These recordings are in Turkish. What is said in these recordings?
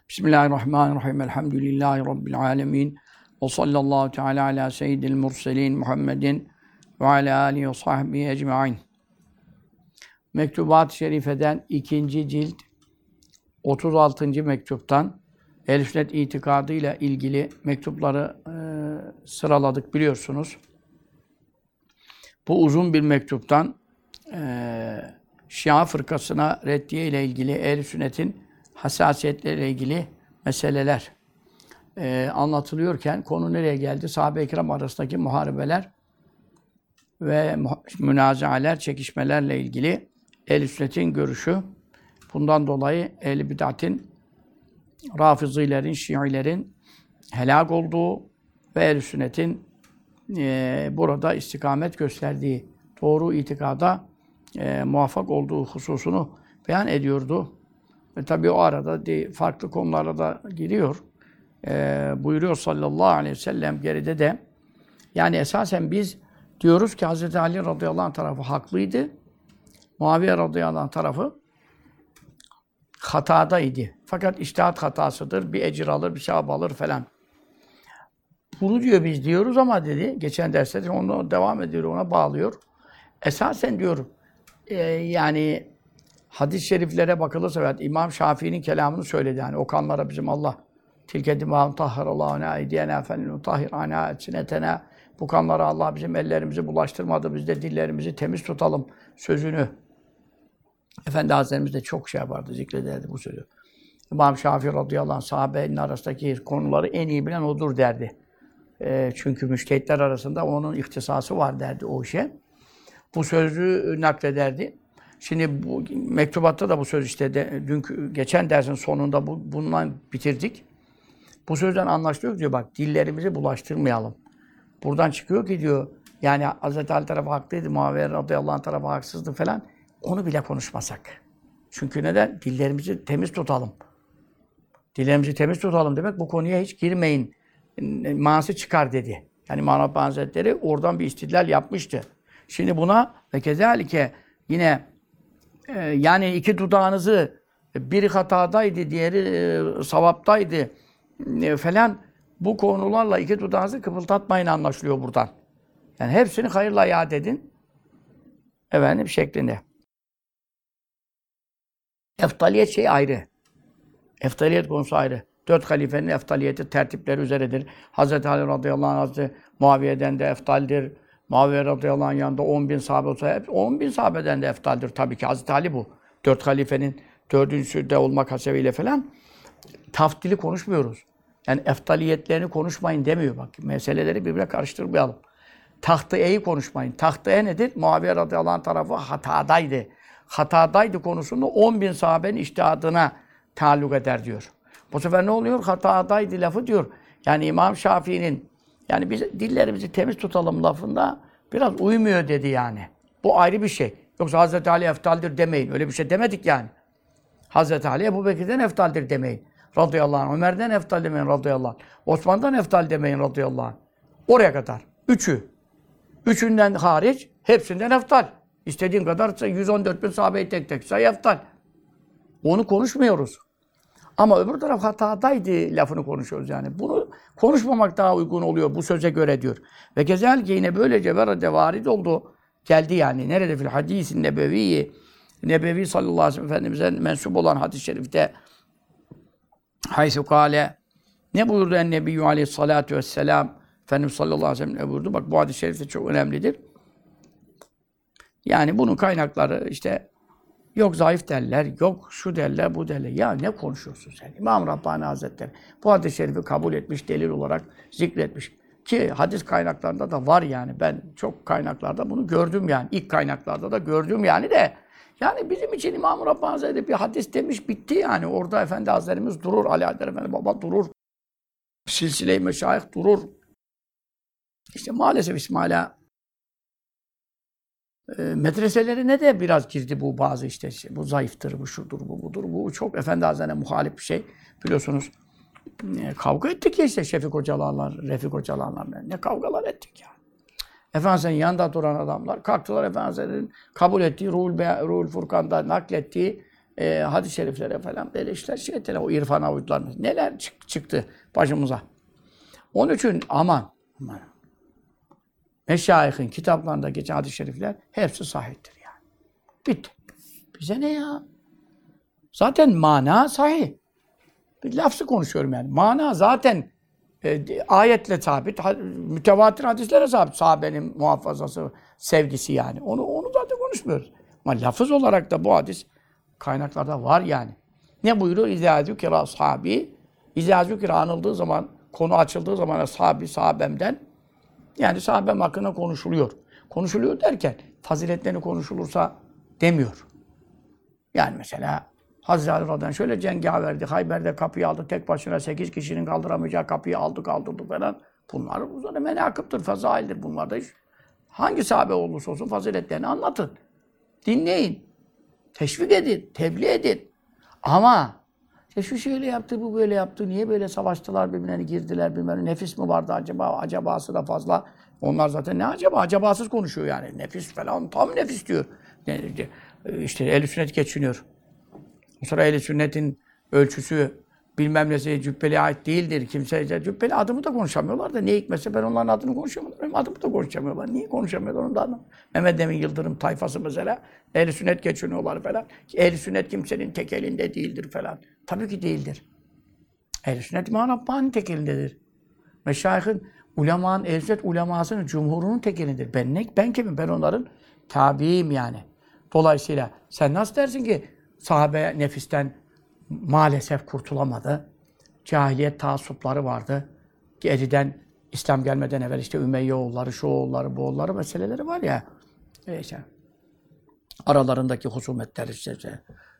Bismillahirrahmanirrahim. Elhamdülillahi Rabbil alemin. Ve sallallahu teala ala seyyidil murselin Muhammedin ve ala alihi ve sahbihi ecmaîn. Mektubat-ı Şerife'den 2. cilt 36. mektuptan Ehl-i Sünnet itikadı ile ilgili mektupları sıraladık biliyorsunuz. Bu uzun bir mektuptan Şia fırkasına reddiye ile ilgili Ehl-i Sünnet'in hassasiyetleriyle ilgili meseleler anlatılıyorken konu nereye geldi? Sahabe-i kiram arasındaki muharebeler ve münazaeler, çekişmelerle ilgili Ehl-i Sünnet'in görüşü. Bundan dolayı Ehl-i Bid'atin, Rafizilerin, Şiilerin helak olduğu ve Ehl-i Sünnet'in burada istikamet gösterdiği, doğru itikada muvaffak olduğu hususunu beyan ediyordu. Ve tabii o arada farklı konulara da giriyor. Buyuruyor sallallahu aleyhi ve sellem geride de. Yani esasen biz diyoruz ki Hz. Ali radıyallahu anh tarafı haklıydı. Muaviye radıyallahu anh tarafı hatadaydı. Fakat içtihat hatasıdır. Bir ecir alır, bir sevap alır falan. Bunu diyor biz diyoruz ama dedi. Geçen derste onu devam ediyor, ona bağlıyor. Esasen diyor yani hadis-i şeriflere bakılırsa evet, İmam Şafii'nin kelamını söyledi. Yani o kanlara bizim Allah tilke dimâhum tahharallahu ana eydiyena fennu tahhir ana etsinetena, bu kanlara Allah bizim ellerimizi bulaştırmadı. Biz de dillerimizi temiz tutalım sözünü. Efendi Hazretlerimiz de çok şey yapardı, zikrederdi bu sözü. İmam Şafii radıyallahu anh sahabenin arasındaki konuları en iyi bilen odur derdi. Çünkü müştehitler arasında onun ihtisası var derdi o işe. Bu sözü naklederdi. Şimdi bu mektubatta da bu söz işte dünkü geçen dersin sonunda bundan bitirdik. Bu sözden anlaşılıyor diyor bak dillerimizi bulaştırmayalım. Buradan çıkıyor ki diyor yani Hz. Ali tarafı haklıydı, Muaviye radıyallahu anh tarafı haksızdı falan. Onu bile konuşmasak. Çünkü neden? Dillerimizi temiz tutalım. Dillerimizi temiz tutalım demek bu konuya hiç girmeyin manası çıkar dedi. Yani İmam Rabbani Hazretleri oradan bir istidlal yapmıştı. Şimdi buna ve kezalike yine yani iki dudağınızı biri hatadaydı, diğeri savaptaydı falan bu konularla iki dudağınızı kıpıldatmayın anlaşılıyor buradan. Yani hepsini hayırla yad edin. Efendim şeklinde. Eftaliyet şey ayrı. Eftaliyet konusu ayrı. 4 halifenin eftaliyeti tertipleri üzeredir. Hz. Ali radıyallahu anh Hazreti Muaviye'den de eftaldir. Muaviye radıyallahu anh yanında 10.000 sahabe olsa hep 10.000 sahabeden de eftaldir tabii ki. Hazreti Ali bu. 4 halifenin 4.'sü de olmak hasebiyle falan. Tafdili konuşmuyoruz. Yani eftaliyetlerini konuşmayın demiyor bak. Meseleleri birbirine karıştırmayalım. Tahtı-e'yi konuşmayın. Tahtı-e nedir? Muaviye radıyallahu anh tarafı hatadaydı. Hatadaydı konusunda 10.000 sahabenin içtihadına taalluk eder diyor. Bu sefer ne oluyor? Hatadaydı lafı diyor. Yani İmam Şafii'nin yani biz dillerimizi temiz tutalım lafında biraz uymuyor dedi yani. Bu ayrı bir şey. Yoksa Hazreti Ali eftaldir demeyin. Öyle bir şey demedik yani. Hazreti Ali Ebu Bekir'den eftaldir demeyin. Radıyallahu anh. Ömer'den eftal demeyin radıyallahu anh. Osman'dan eftal demeyin radıyallahu anh. Oraya kadar. Üçünden hariç hepsinden eftal. İstediğin kadar 114.000 sahabeyi tek tek say eftal. Onu konuşmuyoruz. Ama öbür taraf hatadaydı lafını konuşuyoruz yani. Bunu konuşmamak daha uygun oluyor bu söze göre diyor. Ve kezalike yine böylece verade varid oldu. Geldi yani. Nerede fil hadisin nebevi Nebevi sallallahu aleyhi ve sellem Efendimiz'e mensup olan hadis-i şerifte haysu kâle ne buyurdu en-nebiyyü aleyhissalâtu vesselâm Efendimiz sallallahu aleyhi ve sellem ne buyurdu? Bak bu hadis-i şerif de çok önemlidir. Yani bunun kaynakları işte yok zayıf derler, yok şu derler, bu derler. Ya ne konuşuyorsun sen? İmam Rabbani Hazretleri bu hadis-i şerifi kabul etmiş, delil olarak zikretmiş. Ki hadis kaynaklarında da var yani. Ben çok kaynaklarda bunu gördüm yani. İlk kaynaklarda da gördüm yani de. Yani bizim için İmam Rabbani Hazretleri bir hadis demiş, bitti yani. Orada Efendi Hazretlerimiz durur, Ali Haydar Efendi Baba durur. Silsile-i Meşayih durur. İşte maalesef İsmaila medreselerine de biraz girdi bu bazı işte bu zayıftır, bu şudur, bu budur. Bu çok Efendi Hazretleri'ne muhalif bir şey. Biliyorsunuz kavga ettik ya işte Şefik Hocalarla, Refik Hocalarla. Ne kavgalar ettik ya. Efendimiz'in yanında duran adamlar kalktılar Efendimiz'in kabul ettiği Ruhul Furkan'da naklettiği hadis-i şeriflere falan böyle işler şey ettiler. O irfan avuçlarına. Neler çıktı başımıza. Onun için aman. Meşayihin kitaplarında geçen hadis-i şerifler hepsi sahihtir yani. Bitti. Bize ne ya? Zaten mana sahih. Bir lafzı konuşuyorum yani. Mana zaten ayetle sabit, mütevatir hadislere sabit. Sahabenin muhafazası, sevgisi yani. Onu zaten konuşmuyoruz. Ama lafız olarak da bu hadis kaynaklarda var yani. Ne buyuruyor? İzâ zükira sahabi. İzâ zükira anıldığı zaman, konu açıldığı zaman sahabemden, yani sahabem hakkında konuşuluyor. Konuşuluyor derken faziletlerini konuşulursa demiyor. Yani mesela Hazreti Ali Radyan şöyle cengaverdi. Hayber'de kapıyı aldı. Tek başına 8 kişinin kaldıramayacağı kapıyı aldı kaldırdı falan. Bunlar uzun menakıptır, fazaildir. Bunlar da hangi sahabe olursa olsun faziletlerini anlatın. Dinleyin. Teşvik edin. Tebliğ edin. Ama şu şöyle yaptı, bu böyle yaptı. Niye böyle savaştılar birbirlerine girdiler bilmem. Nefis mi vardı acaba? Acabası da fazla. Onlar zaten ne acaba? Acabasız konuşuyor yani. Nefis falan. Tam nefis diyor. İşte ehl-i sünnet geçiniyor. Sonra ehl-i sünnetin ölçüsü bilmem nesi cübbeliye ait değildir. Kimse cübbeli adımı da konuşamıyorlar da ne hikmetse ben onların adını konuşamıyorum. Benim adımı da konuşamıyorlar. Niye konuşamıyorlar onun da adını? Mehmet Emin Yıldırım tayfası mesela ehl-i sünnet geçiniyorlar falan. Ehl-i sünnet kimsenin tek elinde değildir falan. Tabii ki değildir. Ehl-i sünnet İmam Rabbani'nin tek elindedir. Meşayihin, ulemanın, ehl-i sünnet ulemasının, cumhurunun tek elindedir. Ben kimim? Ben onların tabiiyim yani. Dolayısıyla sen nasıl dersin ki sahabe nefisten maalesef kurtulamadı. Cahiliyet taassupları vardı. Geriden İslam gelmeden evvel işte Ümeyye oğulları, şu oğulları, bu oğulları meseleleri var ya. İşte aralarındaki husumetler işte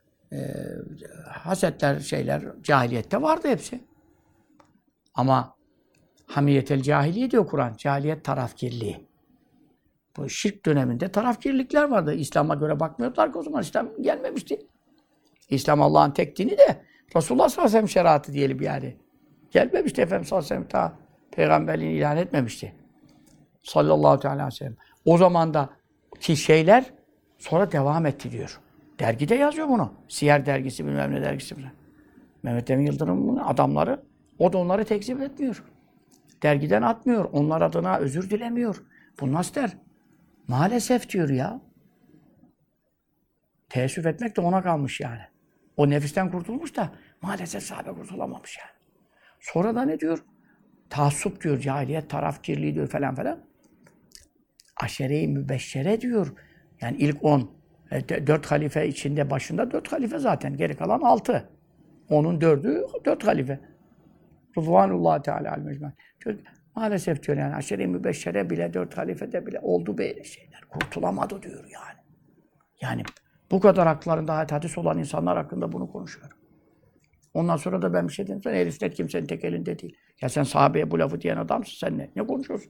hasetler şeyler cahiliyette vardı hepsi. Ama hamiyetel cahiliye diyor Kur'an. Cahiliyet tarafkirliği. Bu şirk döneminde tarafkirlikler vardı. İslam'a göre bakmıyorlar ki o zaman İslam gelmemişti. İslam Allah'ın tek dini de Resulullah sallallahu aleyhi ve sellem şeriatı diyelim yani. Gelmemişti Efendimiz sallallahu aleyhi ve sellem ta peygamberliğini ilan etmemişti. Sallallahu aleyhi ve sellem. O zaman da ki şeyler sonra devam etti diyor. Dergide yazıyor bunu. Siyer dergisi bilmem ne dergisi. Mehmet Emin Yıldırım'ın adamları o da onları tekzip etmiyor. Dergiden atmıyor. Onlar adına özür dilemiyor. Bu nasıl der? Maalesef diyor ya. Teessüf etmek de ona kalmış yani. O nefisten kurtulmuş da maalesef sahabe kurtulamamış yani. Sonra da ne diyor? Taassup diyor, cahiliyet, tarafkirliği diyor falan falan. Aşere-i mübeşşere diyor. Yani ilk 10, 4 halife içinde başında 4 halife zaten. Geri kalan 6. Onun 4'ü 4 halife. Rıdvanullahi Teala al-mecmen. Maalesef diyor yani aşere-i mübeşşere bile 4 halifede bile oldu böyle şeyler. Kurtulamadı diyor yani. Yani bu kadar haklarında hadis olan insanlar hakkında bunu konuşuyorum. Ondan sonra da ben bir şey dedim. Sen ehl-i sünnet kimsenin tek elinde değil. Ya sen sahabeye bu lafı diyen adamsın. Sen ne konuşuyorsun?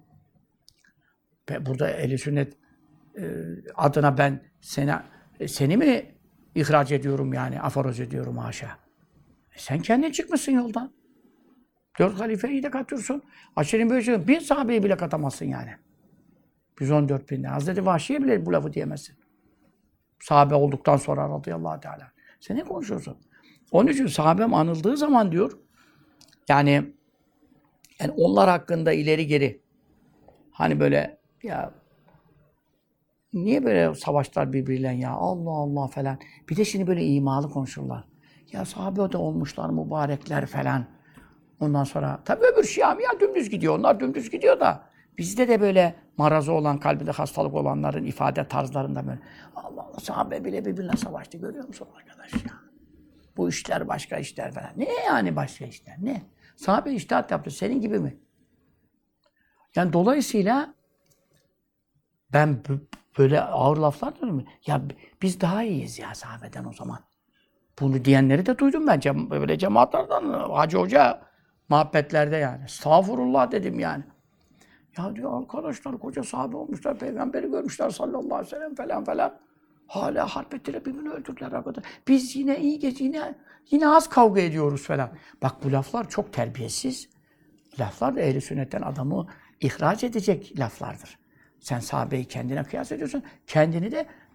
Burada ehl-i sünnet adına ben seni mi ihraç ediyorum yani? Aforoz ediyorum haşa. Sen kendin çıkmışsın yoldan. 4 halifeyi de katıyorsun. Aşirin böyle şey. Bir sahabeyi bile katamazsın yani. 114 binden. Hazreti Vahşi'ye bile bu lafı diyemezsin. Sahabe olduktan sonra radıyallahu teala. Sen ne konuşuyorsun? Onun için sahabem anıldığı zaman diyor, yani onlar hakkında ileri geri hani böyle ya niye böyle savaşlar birbiriyle ya Allah Allah falan. Bir de şimdi böyle imalı konuşurlar. Ya sahabe de olmuşlar mübarekler falan. Ondan sonra tabii öbür Şia dümdüz gidiyor. Onlar dümdüz gidiyor da bizde de böyle marazı olan, kalbinde hastalık olanların ifade tarzlarında böyle Allah Allah sahabe bile birbirine savaştı görüyor musun arkadaş ya? Bu işler başka işler falan. Ne yani başka işler? Ne? Sahabe içtihat yaptı. Senin gibi mi? Yani dolayısıyla ben böyle ağır laflar diyorum. Ya biz daha iyiyiz ya sahabeden o zaman. Bunu diyenleri de duydum ben. Böyle cemaatlerden, Hacı Hoca muhabbetlerde yani. Estağfurullah dedim yani. Ya diyor arkadaşlar koca sahabe olmuşlar, peygamberi görmüşler sallallahu aleyhi ve sellem falan falan. Hala harp ettiler, birbirini öldürdüler arkadaşlar. Biz yine iyi geç, yine az kavga ediyoruz falan. Bak bu laflar çok terbiyesiz. Laflar da ehl-i sünnetten adamı ihraç edecek laflardır. Sen sahabeyi kendine kıyas ediyorsun. Kendini de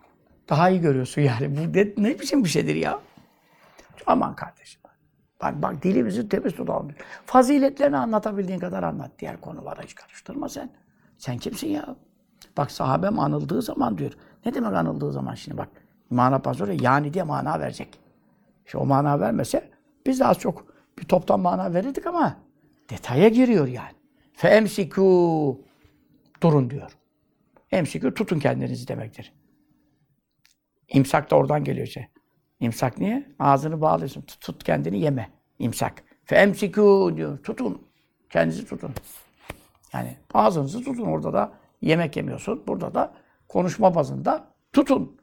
Daha iyi görüyorsun yani. Bu ne biçim bir şeydir ya? Aman kardeşim. Bak dilimizi temiz tutalım. Faziletlerini anlatabildiğin kadar anlat. Diğer konulara hiç karıştırma sen. Sen kimsin ya? Bak sahabem anıldığı zaman diyor. Ne demek anıldığı zaman şimdi bak. Mana pasörü yani diye mana verecek. İşte o mana vermese biz de az çok bir toptan mana verirdik ama detaya giriyor yani. Femsiku durun diyor. Emsiku tutun kendinizi demektir. İmsak da oradan geliyor işte. İmsak niye? Ağzını bağlıyorsun. Tut kendini yeme. İmsak. Femsiku diyor. Tutun. Kendinizi tutun. Yani ağzınızı tutun. Orada da yemek yemiyorsun. Burada da konuşma bazında tutun.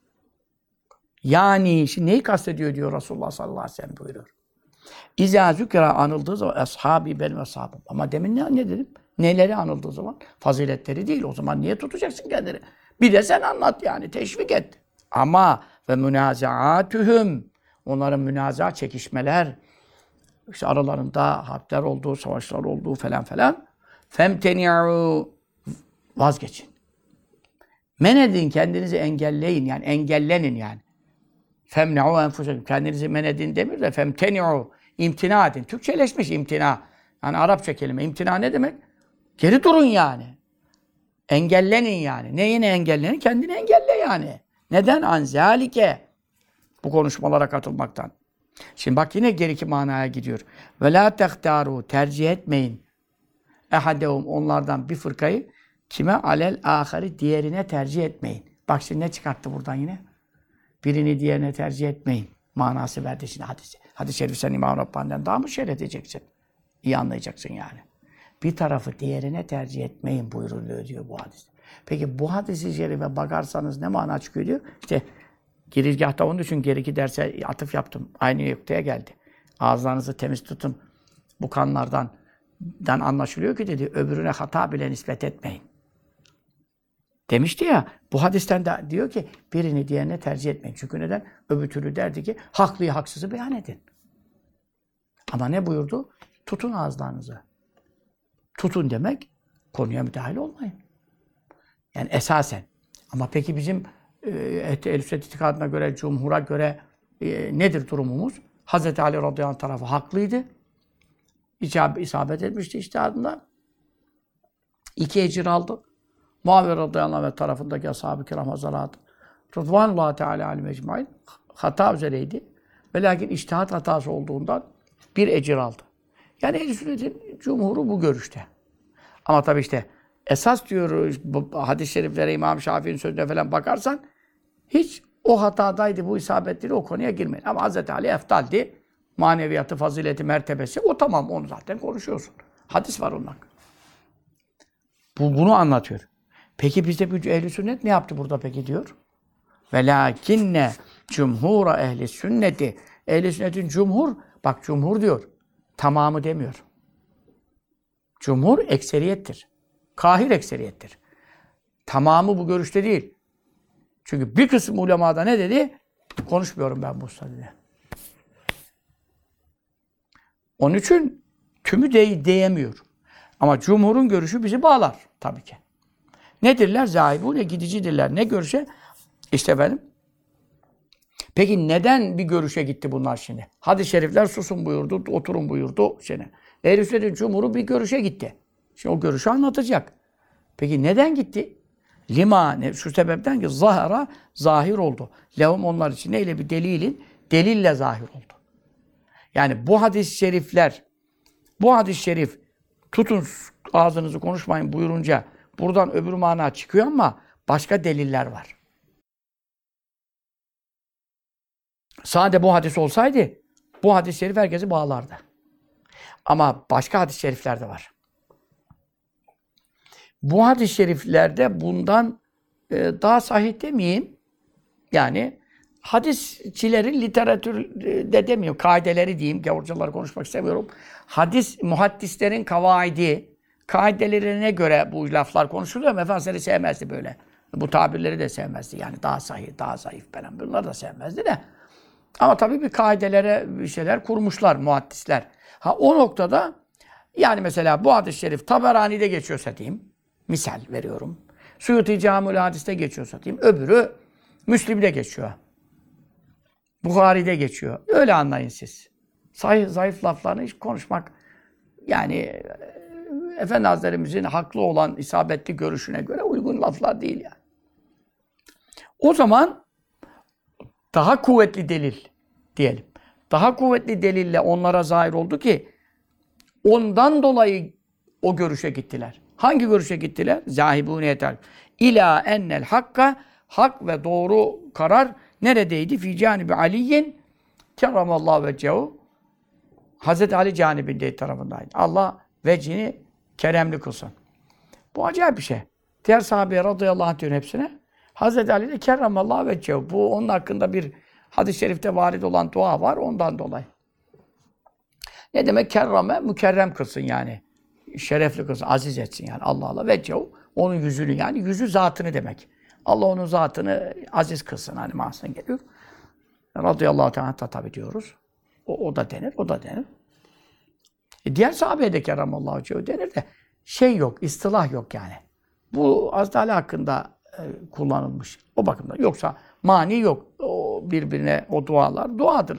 Yani şimdi neyi kastediyor diyor Resulullah sallallahu aleyhi ve sellem buyuruyor. İzâ zükra anıldığı zaman ashabi benim ashabım. Ama demin ne dedim? Neleri anıldığı zaman? Faziletleri değil. O zaman niye tutacaksın kendini? Bir de sen anlat yani. Teşvik et. Ama ve münazaatühüm. Onların münaza çekişmeler, işte aralarında harpler olduğu, savaşlar olduğu falan falan. Femteni'u vazgeçin. Men edin, kendinizi engelleyin. Yani engellenin yani. Femne'u enfusekum. Kendinizi men edin demir de femteni'u. İmtina edin. Türkçeleşmiş imtina. Yani Arapça kelime. İmtina ne demek? Geri durun yani. Engellenin yani. Neyini engellenin? Kendini engelle yani. Neden? Anzalike. Bu konuşmalara katılmaktan. Şimdi bak yine geriki manaya gidiyor. Ve la tehtaru. Tercih etmeyin. Ehadehum onlardan bir fırkayı kime alel ahari diğerine tercih etmeyin. Bak şimdi ne çıkarttı buradan yine? Birini diğerine tercih etmeyin. Manası verdi şimdi hadisi. Hadis-i şerif sen İmam Rabbani'den daha mı şerh edeceksin? İyi anlayacaksın yani. Bir tarafı diğerine tercih etmeyin buyuruluyor diyor bu hadis. Peki bu hadis-i şerife bakarsanız ne mana çıkıyor diyor? İşte girizgahta onun için geriki derse atıf yaptım. Aynı noktaya geldi. Ağızlarınızı temiz tutun. Bu kanlardan anlaşılıyor ki dedi, öbürüne hata bile nispet etmeyin. Demişti ya, bu hadisten de diyor ki birini diğerine tercih etmeyin. Çünkü neden? Öbür türlü derdi ki haklıyı haksızı beyan edin. Ama ne buyurdu? Tutun ağızlarınızı. Tutun demek konuya müdahale olmayın. Yani esasen. Ama peki bizim Ehl-i Sünnet itikadına göre, cumhura göre nedir durumumuz? Hazreti Ali radıyallahu anh tarafı haklıydı. İsabet etmişti içtihadında. 2 ecir aldı. Muaviye radıyallahu anh ve tarafındaki ashab-ı kiram hazaratı Rıdvanullahi Teala aleyhim ecmaîn hata üzereydi. Ve lakin içtihat hatası olduğundan 1 ecir aldı. Yani Ehl-i Sünnet'in cumhuru bu görüşte. Ama tabii işte esas diyor hadis-i şeriflere İmam Şafii'nin sözüne falan bakarsan hiç o hatadaydı, bu isabetliydi, o konuya girmeyin. Ama Hz. Ali eftaldi. Maneviyatı, fazileti, mertebesi o tamam, onu zaten konuşuyorsun. Hadis var ondan. Bunu anlatıyor. Peki bizde bir ehl-i sünnet ne yaptı burada peki diyor? Velakinne cumhura ehli sünneti. Ehl-i sünnetin cumhur, bak cumhur diyor. Tamamı demiyor. Cumhur ekseriyettir. Kahir ekseriyettir. Tamamı bu görüşte değil. Çünkü bir kısım ulemada ne dedi? Konuşmuyorum ben bu usta dedi. Onun için tümü diyemiyor. Ama cumhurun görüşü bizi bağlar tabii ki. Nedirler? Zahibûne gidicidirler. Ne görüşe? İşte efendim. Peki neden bir görüşe gitti bunlar şimdi? Hadis-i şerifler susun buyurdu, oturun buyurdu. Ehl-i Sünnet'in cumhuru bir görüşe gitti. Şimdi o görüşü anlatacak. Peki neden gitti? Şu sebepten ki zahara zahir oldu. Lehum onlar için neyle bir delille zahir oldu. Yani bu hadis-i şerifler, bu hadis-i şerif tutun ağzınızı konuşmayın buyurunca buradan öbür mana çıkıyor ama başka deliller var. Sade bu hadis olsaydı bu hadis-i şerif herkesi bağlardı. Ama başka hadis-i şerifler de var. Bu hadis-i şeriflerde bundan daha sahih demeyeyim. Yani hadisçilerin literatürde demiyorum, kaideleri diyeyim, gavurcaları konuşmak istemiyorum. Muhaddislerin kaidelerine göre bu laflar konuşuluyor ama Efendimiz sevmezdi böyle. Bu tabirleri de sevmezdi. Yani daha sahih, daha zayıf falan. Bunları da sevmezdi de. Ama tabii bir kaidelere bir şeyler kurmuşlar muhaddisler. O noktada yani mesela bu hadis-i şerif Taberani'de geçiyorsa diyeyim, misal veriyorum. Suyuti Camül Hadis'te geçiyorsa diyeyim, öbürü Müslim'de geçiyor. Buhari'de geçiyor. Öyle anlayın siz. Sahih, zayıf laflarını hiç konuşmak yani Efendi Hazretlerimizin haklı olan isabetli görüşüne göre uygun laflar değil yani. O zaman daha kuvvetli delil diyelim. Daha kuvvetli delille onlara zahir oldu ki ondan dolayı o görüşe gittiler. Hangi görüşe gittiler? Zahibûne yeter. İlâ ennel hakka, hak ve doğru karar neredeydi? Fî cânibi Aliyin kerramallâhu vecehu. Hazreti Ali canibinde tarafındaydı. Allah vecihini keremli kılsın. Bu acayip bir şey. Diğer sahabeye radıyallahu anh diyor hepsine. Hazreti Ali de kerramallâhu vecehu. Bu onun hakkında bir hadis-i şerifte varid olan dua var ondan dolayı. Ne demek kerrame? Mükerrem kılsın yani. Şerefli kılsın, aziz etsin yani. Allah vecehu. Onun yüzünü yani yüzü zatını demek. Allah onun zatını aziz kılsın hani manasına geliyor. Radıyallahu teala tabi diyoruz. O da denir, o da denir. Diğer sahabeye de kerramallahu vecehu denir de şey yok, istilah yok yani. Bu Hazreti Ali hakkında kullanılmış o bakımdan. Yoksa mani yok. O birbirine o dualar duadır.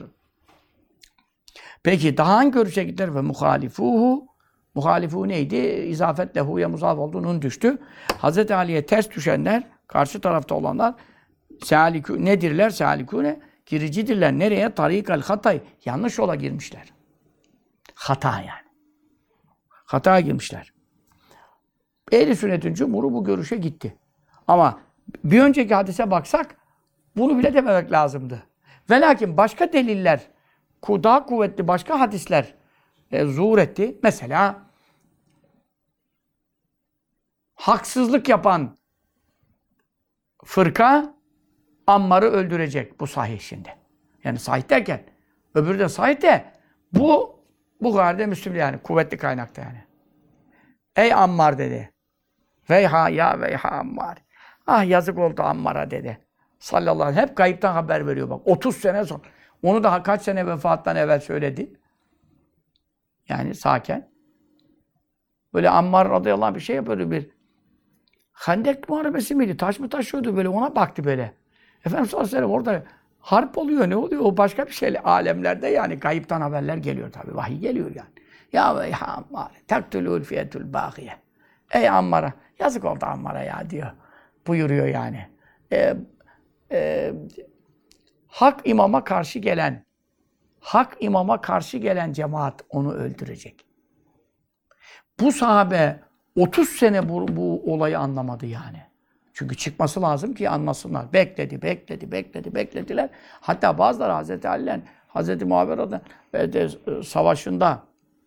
Peki daha hangi görüşe gider ve muhalifuhu? Muhalifu neydi? İzafet lehu'ya muzaf olduğunun düştü. Hazreti Ali'ye ters düşenler, karşı tarafta olanlar nedirler? Salikune giricidirler. Nereye? Tarikal hatay. Yanlış yola girmişler. Hata yani. Hataya girmişler. Ehl-i sünnetin cumhuru bu görüşe gitti. Ama bir önceki hadise baksak bunu bile dememek lazımdı. Ve lakin başka deliller, daha kuvvetli başka hadisler zuhur etti. Mesela haksızlık yapan fırka Ammar'ı öldürecek. Bu sahih şimdi. Yani sahih derken öbürü de sahih de bu Buhari'de Müslim'de yani kuvvetli kaynakta yani. Ey Ammar dedi. Veyha ya veyha Ammar. Ah yazık oldu Ammar'a dedi. Sallallahu aleyhi ve sellem. Hep kayıptan haber veriyor bak. 30 sene sonra. Onu daha kaç sene vefattan evvel söyledi. Yani sağken. Böyle Ammar radıyallahu anh bir şey yapıyordu bir. Hendek muharebesi miydi? Taş mı taşıyordu böyle ona baktı böyle. Efendimiz sallallahu aleyhi ve sellem orada harp oluyor ne oluyor? O başka bir şey alemlerde yani kayıptan haberler geliyor tabii. Vahiy geliyor yani. Ya veyha Ammar. Tektülül fiyetül bâhiye. Ey Ammar'a. Yazık oldu Ammar'a ya diyor. Buyuruyor yani. Hak imama karşı gelen cemaat onu öldürecek. Bu sahabe 30 sene bu olayı anlamadı yani. Çünkü çıkması lazım ki anlasınlar. Beklediler. Hatta bazıları Hazreti Ali'yle Hazreti Muaviye savaşında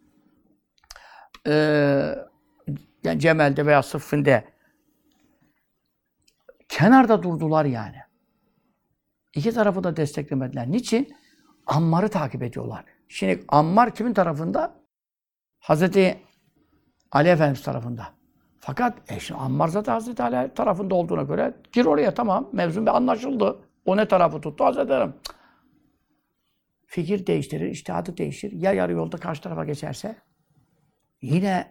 yani Cemel'de veya Sıffin'de kenarda durdular yani. İki tarafı da desteklemediler. Niçin? Ammar'ı takip ediyorlar. Şimdi Ammar kimin tarafında? Hazreti Ali Efendimiz tarafında. Fakat şimdi Ammar zaten Hazreti Ali tarafında olduğuna göre gir oraya tamam. Mevzu bir anlaşıldı. O ne tarafı tuttu Hazreti Ali. Fikir değiştirir, içtihadı değişir. Ya yarı yolda karşı tarafa geçerse yine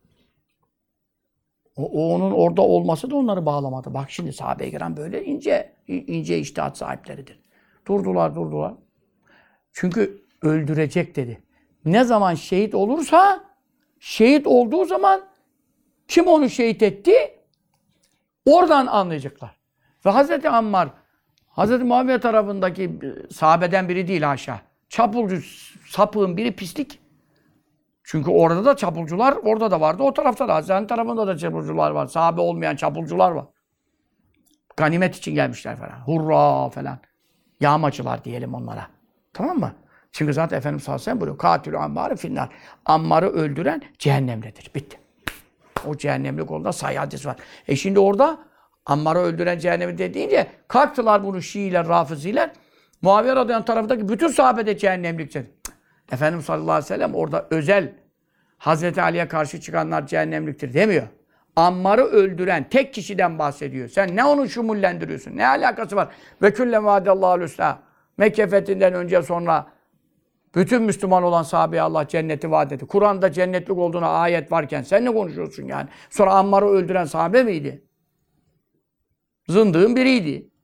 onun orada olması da onları bağlamadı. Bak şimdi sahabe-i kiram böyle ince içtihat sahipleridir. Durdular. Çünkü öldürecek dedi. Ne zaman şehit olursa, şehit olduğu zaman kim onu şehit etti? Oradan anlayacaklar. Ve Hazreti Ammar, Hazreti Muaviye tarafındaki sahabeden biri değil haşa. Çapulcu, sapığın biri pislik. Çünkü orada da çapulcular, orada da vardı. O tarafta da, Hazreti tarafında da çapulcular var. Sahabe olmayan çapulcular var. Ganimet için gelmişler falan. Hurra falan. Yağmacılar diyelim onlara. Tamam mı? Çünkü zaten Efendimiz sallallahu aleyhi ve sellem buyuruyor. Katilü Ammar'ı finnar. Ammar'ı öldüren cehennemdedir. Bitti. O cehennemlik orada sayı hadis var. Şimdi orada Ammar'ı öldüren cehennemde deyince kalktılar bunu Şiiler, Rafiziler. Muaviye radıyallahu anh tarafındaki bütün sahabe de cehennemliktir. Efendimiz sallallahu aleyhi ve sellem orada özel Hazreti Ali'ye karşı çıkanlar cehennemliktir demiyor. Ammar'ı öldüren tek kişiden bahsediyor. Sen ne onu şumullendiriyorsun? Ne alakası var? Ve külle vaadallahu husna. Mekke fethinden önce sonra bütün Müslüman olan sahabeye Allah cenneti vaat etti. Kur'an'da cennetlik olduğuna ayet varken sen ne konuşuyorsun yani? Sonra Ammar'ı öldüren sahabe miydi? Zındığın biriydi.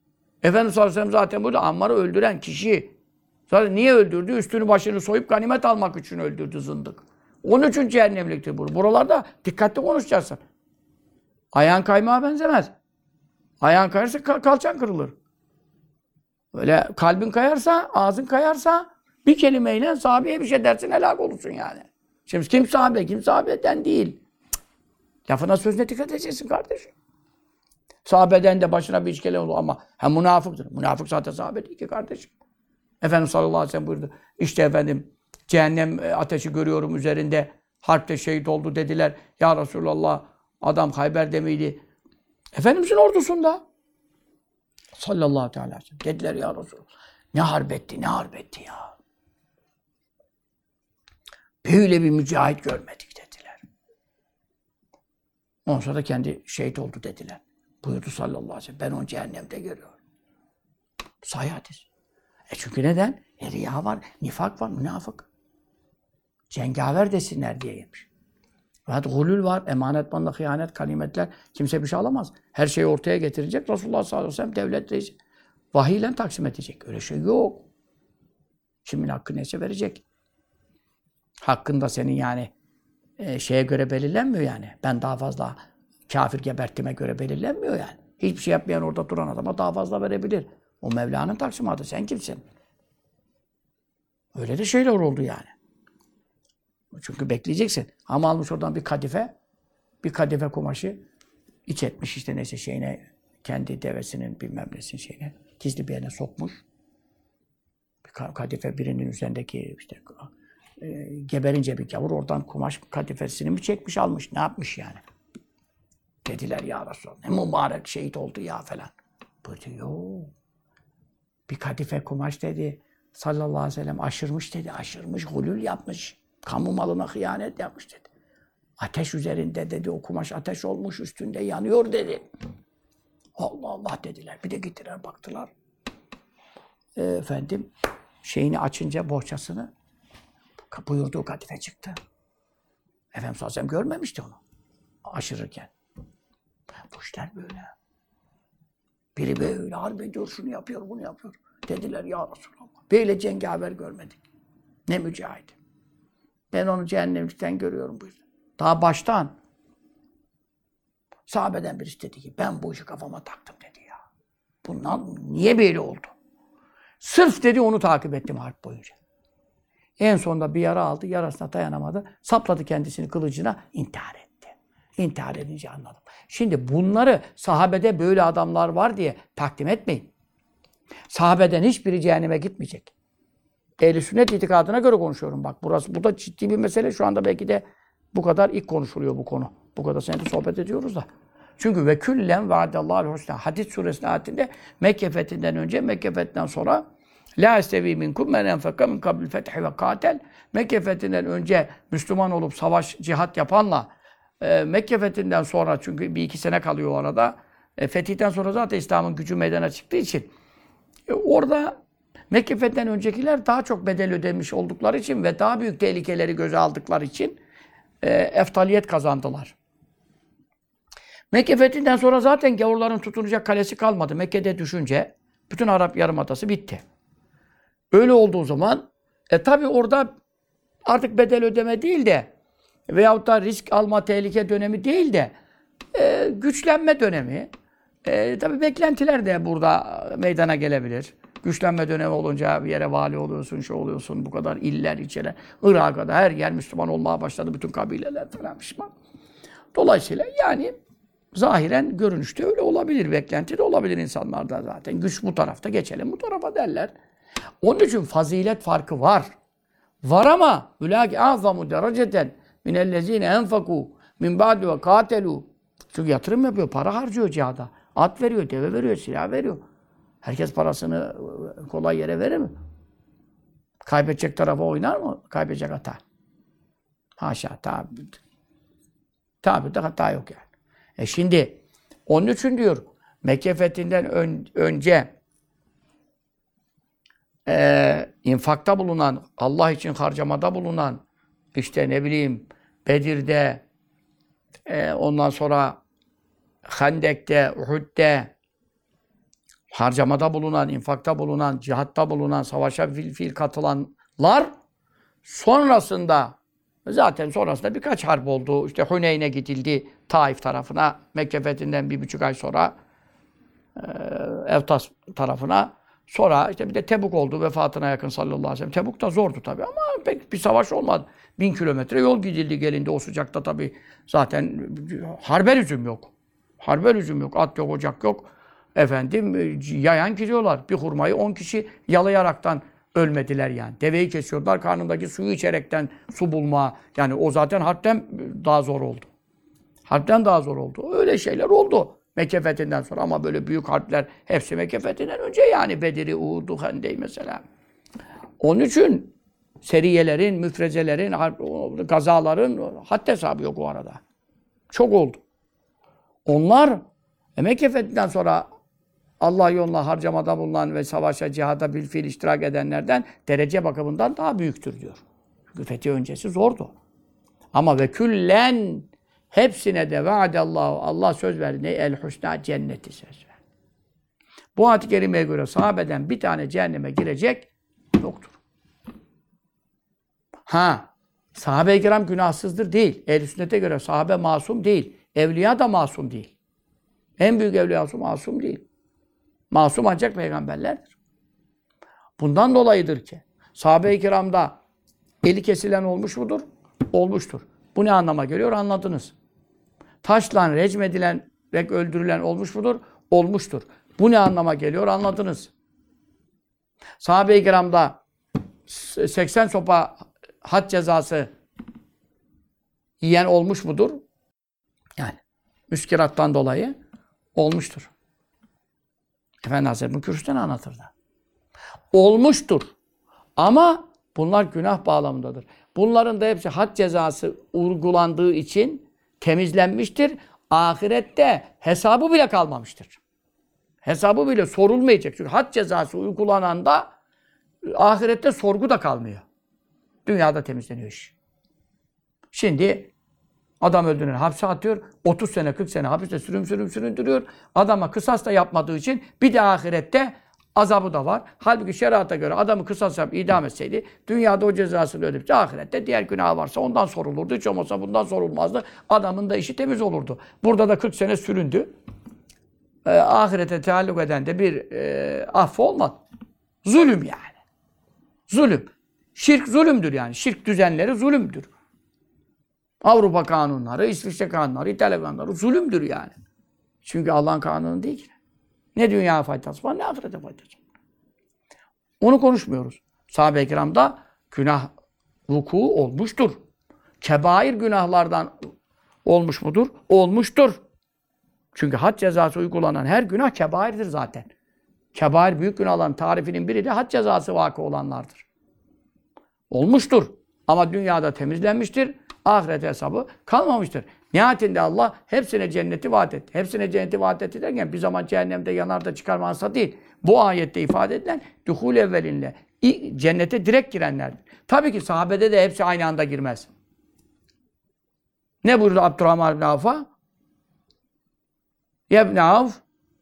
Efendimiz sallallahu aleyhi ve sellem zaten burada Ammar'ı öldüren kişi. Zaten niye öldürdü? Üstünü başını soyup ganimet almak için öldürdü zındık. Onun için cehennemliktir bu. Buralarda dikkatli konuşacaksın. Ayağın kaymağa benzemez. Ayağın kayarsa kalçan kırılır. Öyle kalbin kayarsa, ağzın kayarsa bir kelimeyle sahabeye bir şey dersin helak olursun yani. Şimdi kim sahabe, kim sahabeden değil. Lafına sözüne dikkat edeceksin kardeşim. Sahabeden de başına bir işkele olur ama hem münafıktır. Münafık zaten sahabe değil ki kardeşim. Efendimiz sallallahu aleyhi ve sellem buyurdu. İşte efendim cehennem ateşi görüyorum üzerinde. Harpte şehit oldu dediler. Ya Resulallah adam Hayber'de miydi? Efendimizin ordusunda. Sallallahu aleyhi ve sellem. Dediler ya Resulallah. Ne harbetti, ne harbetti ya. Böyle bir mücahit görmedik dediler. Ondan sonra da kendi şehit oldu dediler. Buyurdu sallallahu aleyhi ve sellem. Ben onu cehennemde görüyorum. Sahih hadis. Çünkü neden? Riya var, nifak var, münafık. Cengaver desinler diye yemiş. Ve gulül var, emanetmanlık, hıyanet, kalimetler. Kimse bir şey alamaz. Her şeyi ortaya getirecek. Resulullah sallallahu aleyhi ve sellem devlet reisi vahiyle taksim edecek. Öyle şey yok. Kimin hakkı neyse verecek. Hakkında senin yani şeye göre belirlenmiyor yani. Ben daha fazla kafir geberttiğime göre belirlenmiyor yani. Hiçbir şey yapmayan orada duran adama daha fazla verebilir. O Mevla'nın taksimatı. Sen kimsin? Öyle de şeyler oldu yani. Çünkü bekleyeceksin. Ama almış oradan bir kadife kumaşı iç etmiş işte neyse şeyine, kendi devesinin bilmem nesinin şeyine, gizli bir yerine sokmuş. Bir kadife birinin üzerindeki işte geberince bir gavur oradan kumaş kadifesini mi çekmiş almış. Ne yapmış yani? Dediler ya Resulallah. Ne mübarek şehit oldu ya falan. Buyurdu yok. Bir kadife kumaş dedi. Sallallahu aleyhi ve sellem aşırmış dedi. Aşırmış, hulül yapmış. Kamu malına hıyanet yapmış dedi. Ateş üzerinde dedi. O kumaş ateş olmuş üstünde yanıyor dedi. Allah Allah dediler. Bir de gittiler baktılar. Efendim şeyini açınca bohçasını buyurduğu kadife çıktı. Efendimiz sallallahu aleyhi ve sellem görmemişti onu. Aşırırken. Bu işler böyle. Biri böyle harp ediyor, şunu yapıyor, bunu yapıyor. Dediler ya Resulallah. Böyle cengaver görmedik. Ne mücahit. Ben onu cehennemlikten görüyorum buyurdu. Daha baştan sahabeden birisi dedi ki ben bu işi kafama taktım dedi ya. Bundan niye böyle oldu? Sırf dedi onu takip ettim harp boyunca. En sonunda bir yara aldı, yarasına dayanamadı. Sapladı kendisini kılıcına, intihar etti. İntihar edince anladım. Şimdi bunları sahabede böyle adamlar var diye takdim etmeyin. Sahabeden hiçbiri cehenneme gitmeyecek. Ehl-i sünnet itikadına göre konuşuyorum bak. Bu da ciddi bir mesele. Şu anda belki de bu kadar ilk konuşuluyor bu konu. Bu kadar senedir sohbet ediyoruz da. Çünkü ve küllen vaadallahul husna. Hadid suresinin ayetinde Mekke fethinden önce, Mekke fethinden sonra la estevi minkum men enfeka min kabil fethi ve katel. Mekke fethinden önce Müslüman olup savaş, cihat yapanla Mekke fethinden sonra çünkü bir iki sene kalıyor o arada. Fetihten sonra zaten İslam'ın gücü meydana çıktığı için orada Mekke fethinden öncekiler daha çok bedel ödemiş oldukları için ve daha büyük tehlikeleri göze aldıkları için eftaliyet kazandılar. Mekke fethinden sonra zaten gavurların tutunacak kalesi kalmadı. Mekke'de düşünce bütün Arap Yarımadası bitti. Öyle olduğu zaman tabi orada artık bedel ödeme değil de veyahut da risk alma tehlike dönemi değil de güçlenme dönemi. Tabi beklentiler de burada meydana gelebilir. Güçlenme dönemi olunca bir yere vali oluyorsun, şey oluyorsun, bu kadar iller, ilçeler, Irak'ta her yer Müslüman olmaya başladı, bütün kabileler falan Müslüman. Dolayısıyla yani zahiren görünüşte öyle olabilir, beklenti de olabilir insanlarda zaten. Güç bu tarafta, geçelim bu tarafa derler. Onun için fazilet farkı var. Var ama ülâki a'zamu dereceten minellezîne enfekû min ba'du ve kâtelû. Çünkü yatırım yapıyor, para harcıyor cihada. At veriyor, deve veriyor, silah veriyor. Herkes parasını kolay yere verir mi? Kaybedecek tarafa oynar mı? Kaybedecek hata. Haşa, tabi de hata yok yani. Şimdi, onun için diyor, Mekke fethinden önce infakta bulunan, Allah için harcamada bulunan, işte ne bileyim, Bedir'de, ondan sonra Hendek'te, Uhud'de, harcamada bulunan, infakta bulunan, cihatta bulunan, savaşa fiil katılanlar sonrasında zaten sonrasında birkaç harp oldu. İşte Huneyn'e gidildi Taif tarafına. Mekke fethinden 1,5 ay sonra Evtas tarafına. Sonra işte bir de Tebuk oldu vefatına yakın sallallahu aleyhi ve sellem. Tebuk da zordu tabii ama pek bir savaş olmadı. 1000 kilometre yol gidildi gelindi o sıcakta tabii. Zaten harbe lüzum yok. Harbe lüzum yok. At yok, ocak yok. Efendim yayan gidiyorlar. Bir hurmayı 10 kişi yalayaraktan ölmediler yani. Deveyi kesiyorlar. Karnındaki suyu içerekten su bulma. Yani o zaten harpten daha zor oldu. Harpten daha zor oldu. Öyle şeyler oldu. Mekke fethinden sonra ama böyle büyük harpler hepsi Mekke fethinden önce yani Bedir'i, Uhud'u, Hendek'i mesela. Onun için seriyelerin, müfrezelerin, gazaların haddi hesabı yok o arada. Çok oldu. Onlar Mekke fethinden sonra Allah yoluna harcamada bulunan ve savaşa, cihada bilfiil iştirak edenlerden derece bakımından daha büyüktür diyor. Çünkü fetih öncesi zordu. Ama ve küllen hepsine de vaadallahu Allah söz verdi. Ne? El husna cenneti söz verdi. Bu ayet-i kerimeye göre sahabeden bir tane cehenneme girecek yoktur. Sahabe-i kiram günahsızdır değil. Ehl-i sünnete göre sahabe masum değil. Evliya da masum değil. En büyük evliyası masum değil. Masum ancak peygamberlerdir. Bundan dolayıdır ki sahabe-i kiramda eli kesilen olmuş mudur? Olmuştur. Bu ne anlama geliyor? Anladınız. Taşla recm edilen ve öldürülen olmuş mudur? Olmuştur. Bu ne anlama geliyor? Anladınız. Sahabe-i kiramda 80 sopa had cezası yiyen olmuş mudur? Yani müskirattan dolayı olmuştur. Efendi Hazretleri kürsüden anlatırdı. Olmuştur. Ama bunlar günah bağlamındadır. Bunların da hepsi had cezası uygulandığı için temizlenmiştir. Ahirette hesabı bile kalmamıştır. Hesabı bile sorulmayacak. Çünkü had cezası uygulananda ahirette sorgu da kalmıyor. Dünyada temizleniyor iş. Şimdi adam öldürür, hapse atıyor. 30 sene, 40 sene hapiste süründürüyor. Adama kısas da yapmadığı için bir de ahirette azabı da var. Halbuki şeriata göre adamı kısas yapıp idam etseydi, dünyada o cezasını ödeyip ahirette diğer günah varsa ondan sorulurdu. Hiç olmazsa bundan sorulmazdı. Adamın da işi temiz olurdu. Burada da 40 sene süründü. Ahirete taalluk eden de bir affı olmaz. Zulüm yani. Zulüm. Şirk zulümdür yani. Şirk düzenleri zulümdür. Avrupa kanunları, İsviçre kanunları, İtalya kanunları zulümdür yani. Çünkü Allah'ın kanunu değil ki. Ne dünya faydası var, ne ahirete faydası var. Onu konuşmuyoruz. Sahabe-i kiramda günah vuku olmuştur. Kebair günahlardan olmuş mudur? Olmuştur. Çünkü had cezası uygulanan her günah kebairdir zaten. Kebair büyük günahların tarifinin biri de had cezası vakı olanlardır. Olmuştur. Ama dünyada temizlenmiştir. Ahiret hesabı kalmamıştır. Nihayetinde Allah hepsine cenneti vaat etti. Hepsine cenneti vaat etti derken bir zaman cehennemde yanar da çıkarmazsa değil. Bu ayette ifade edilen duhul evvelinle cennete direkt girenlerdir. Tabii ki sahabede de hepsi aynı anda girmez. Ne buyurdu Abdurrahman bin Avf'a? Ya İbn Avf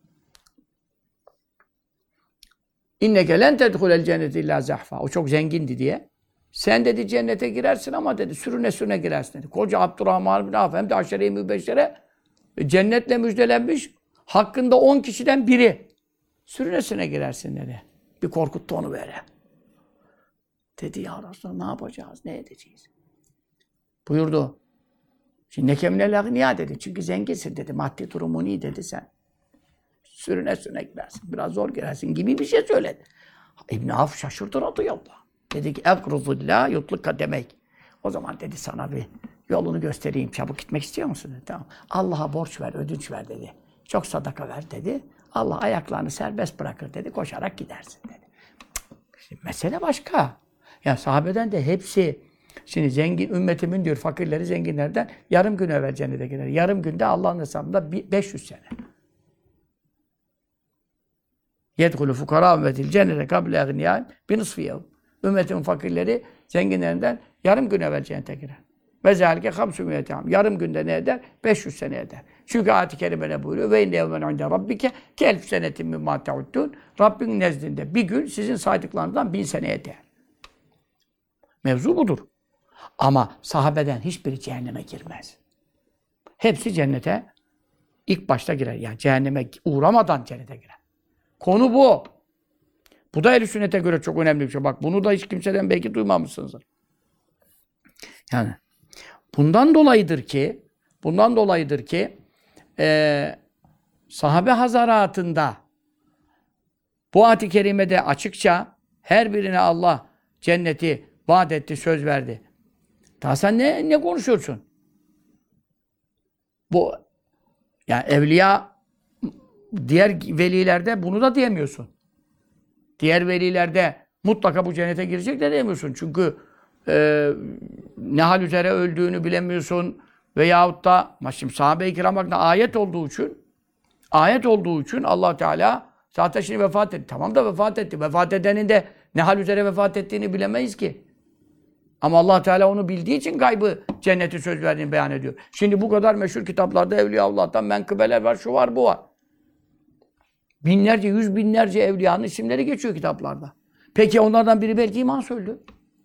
inneke len tedhulel cenneti illa zahfa. O çok zengindi diye. Sen dedi cennete girersin ama dedi sürüne sürüne girersin dedi. Koca Abdurrahman bin Avf hem de aşere-i mübeşşere cennetle müjdelenmiş. Hakkında 10 kişiden biri. Sürüne sürüne girersin dedi. Bir korkuttu onu böyle. Dedi ya Resulallah ne yapacağız, ne edeceğiz? Buyurdu. Şimdi nekemine niye dedi. Çünkü zenginsin dedi. Maddi durumun iyi dedi sen. Sürüne sürüne girersin. Biraz zor girersin gibi bir şey söyledi. İbn Avf şaşırdı radıyallahu. Dedi ki ekruzullah yutluka demek. O zaman dedi sana bir yolunu göstereyim. Çabuk gitmek istiyor musun dedi. Tamam. Allah'a borç ver, ödünç ver dedi. Çok sadaka ver dedi. Allah ayaklarını serbest bırakır dedi. Koşarak gidersin dedi. Şimdi mesele başka. Ya sahabeden de hepsi şimdi zengin ümmetimin diyor fakirleri zenginlerden yarım gün evvel cennete girer. Yarım günde Allah'ın hesabında 500 sene. Yedhulü fukara ümmetil cennete kable egniyâin bi nısfı yevm. Ümmetin fakirleri zenginlerinden yarım gün evvel cennete girer. Ve zâlike hamsü müyetâm. Yarım günde ne eder? 500 sene eder. Çünkü ayet-i kerime ne buyuruyor? Ve inne yevmen inde rabbike ke elf senetin mimmâ te'uddûn. Rabbin nezdinde bir gün sizin saydıklarınızdan 1000 sene eder. Mevzu budur. Ama sahabeden hiçbiri cehenneme girmez. Hepsi cennete ilk başta girer. Yani cehenneme uğramadan cennete girer. Konu bu. Bu da ehl-i sünnete göre çok önemli bir şey. Bak bunu da hiç kimseden belki duymamışsınızdır. Yani bundan dolayıdır ki sahabe hazaratında bu ayet-i kerimede açıkça her birine Allah cenneti vaat etti, söz verdi. Daha sen ne konuşuyorsun? Bu yani evliya diğer velilerde bunu da diyemiyorsun. Diğer velilerde mutlaka bu cennete girecek de diyemiyorsun. Çünkü ne hal üzere öldüğünü bilemiyorsun. Veyahut da şimdi sahabe-i kiram hakkında ayet olduğu için Allah Teala zaten şimdi vefat etti. Tamam da vefat etti. Vefat edenin de ne hal üzere vefat ettiğini bilemeyiz ki. Ama Allah Teala onu bildiği için gaybı cenneti söz verdiğini beyan ediyor. Şimdi bu kadar meşhur kitaplarda Evliyaullah'tan menkıbeler var, şu var, bu var. Binlerce, yüz binlerce evliyanın isimleri geçiyor kitaplarda. Peki onlardan biri belki iman söyledi.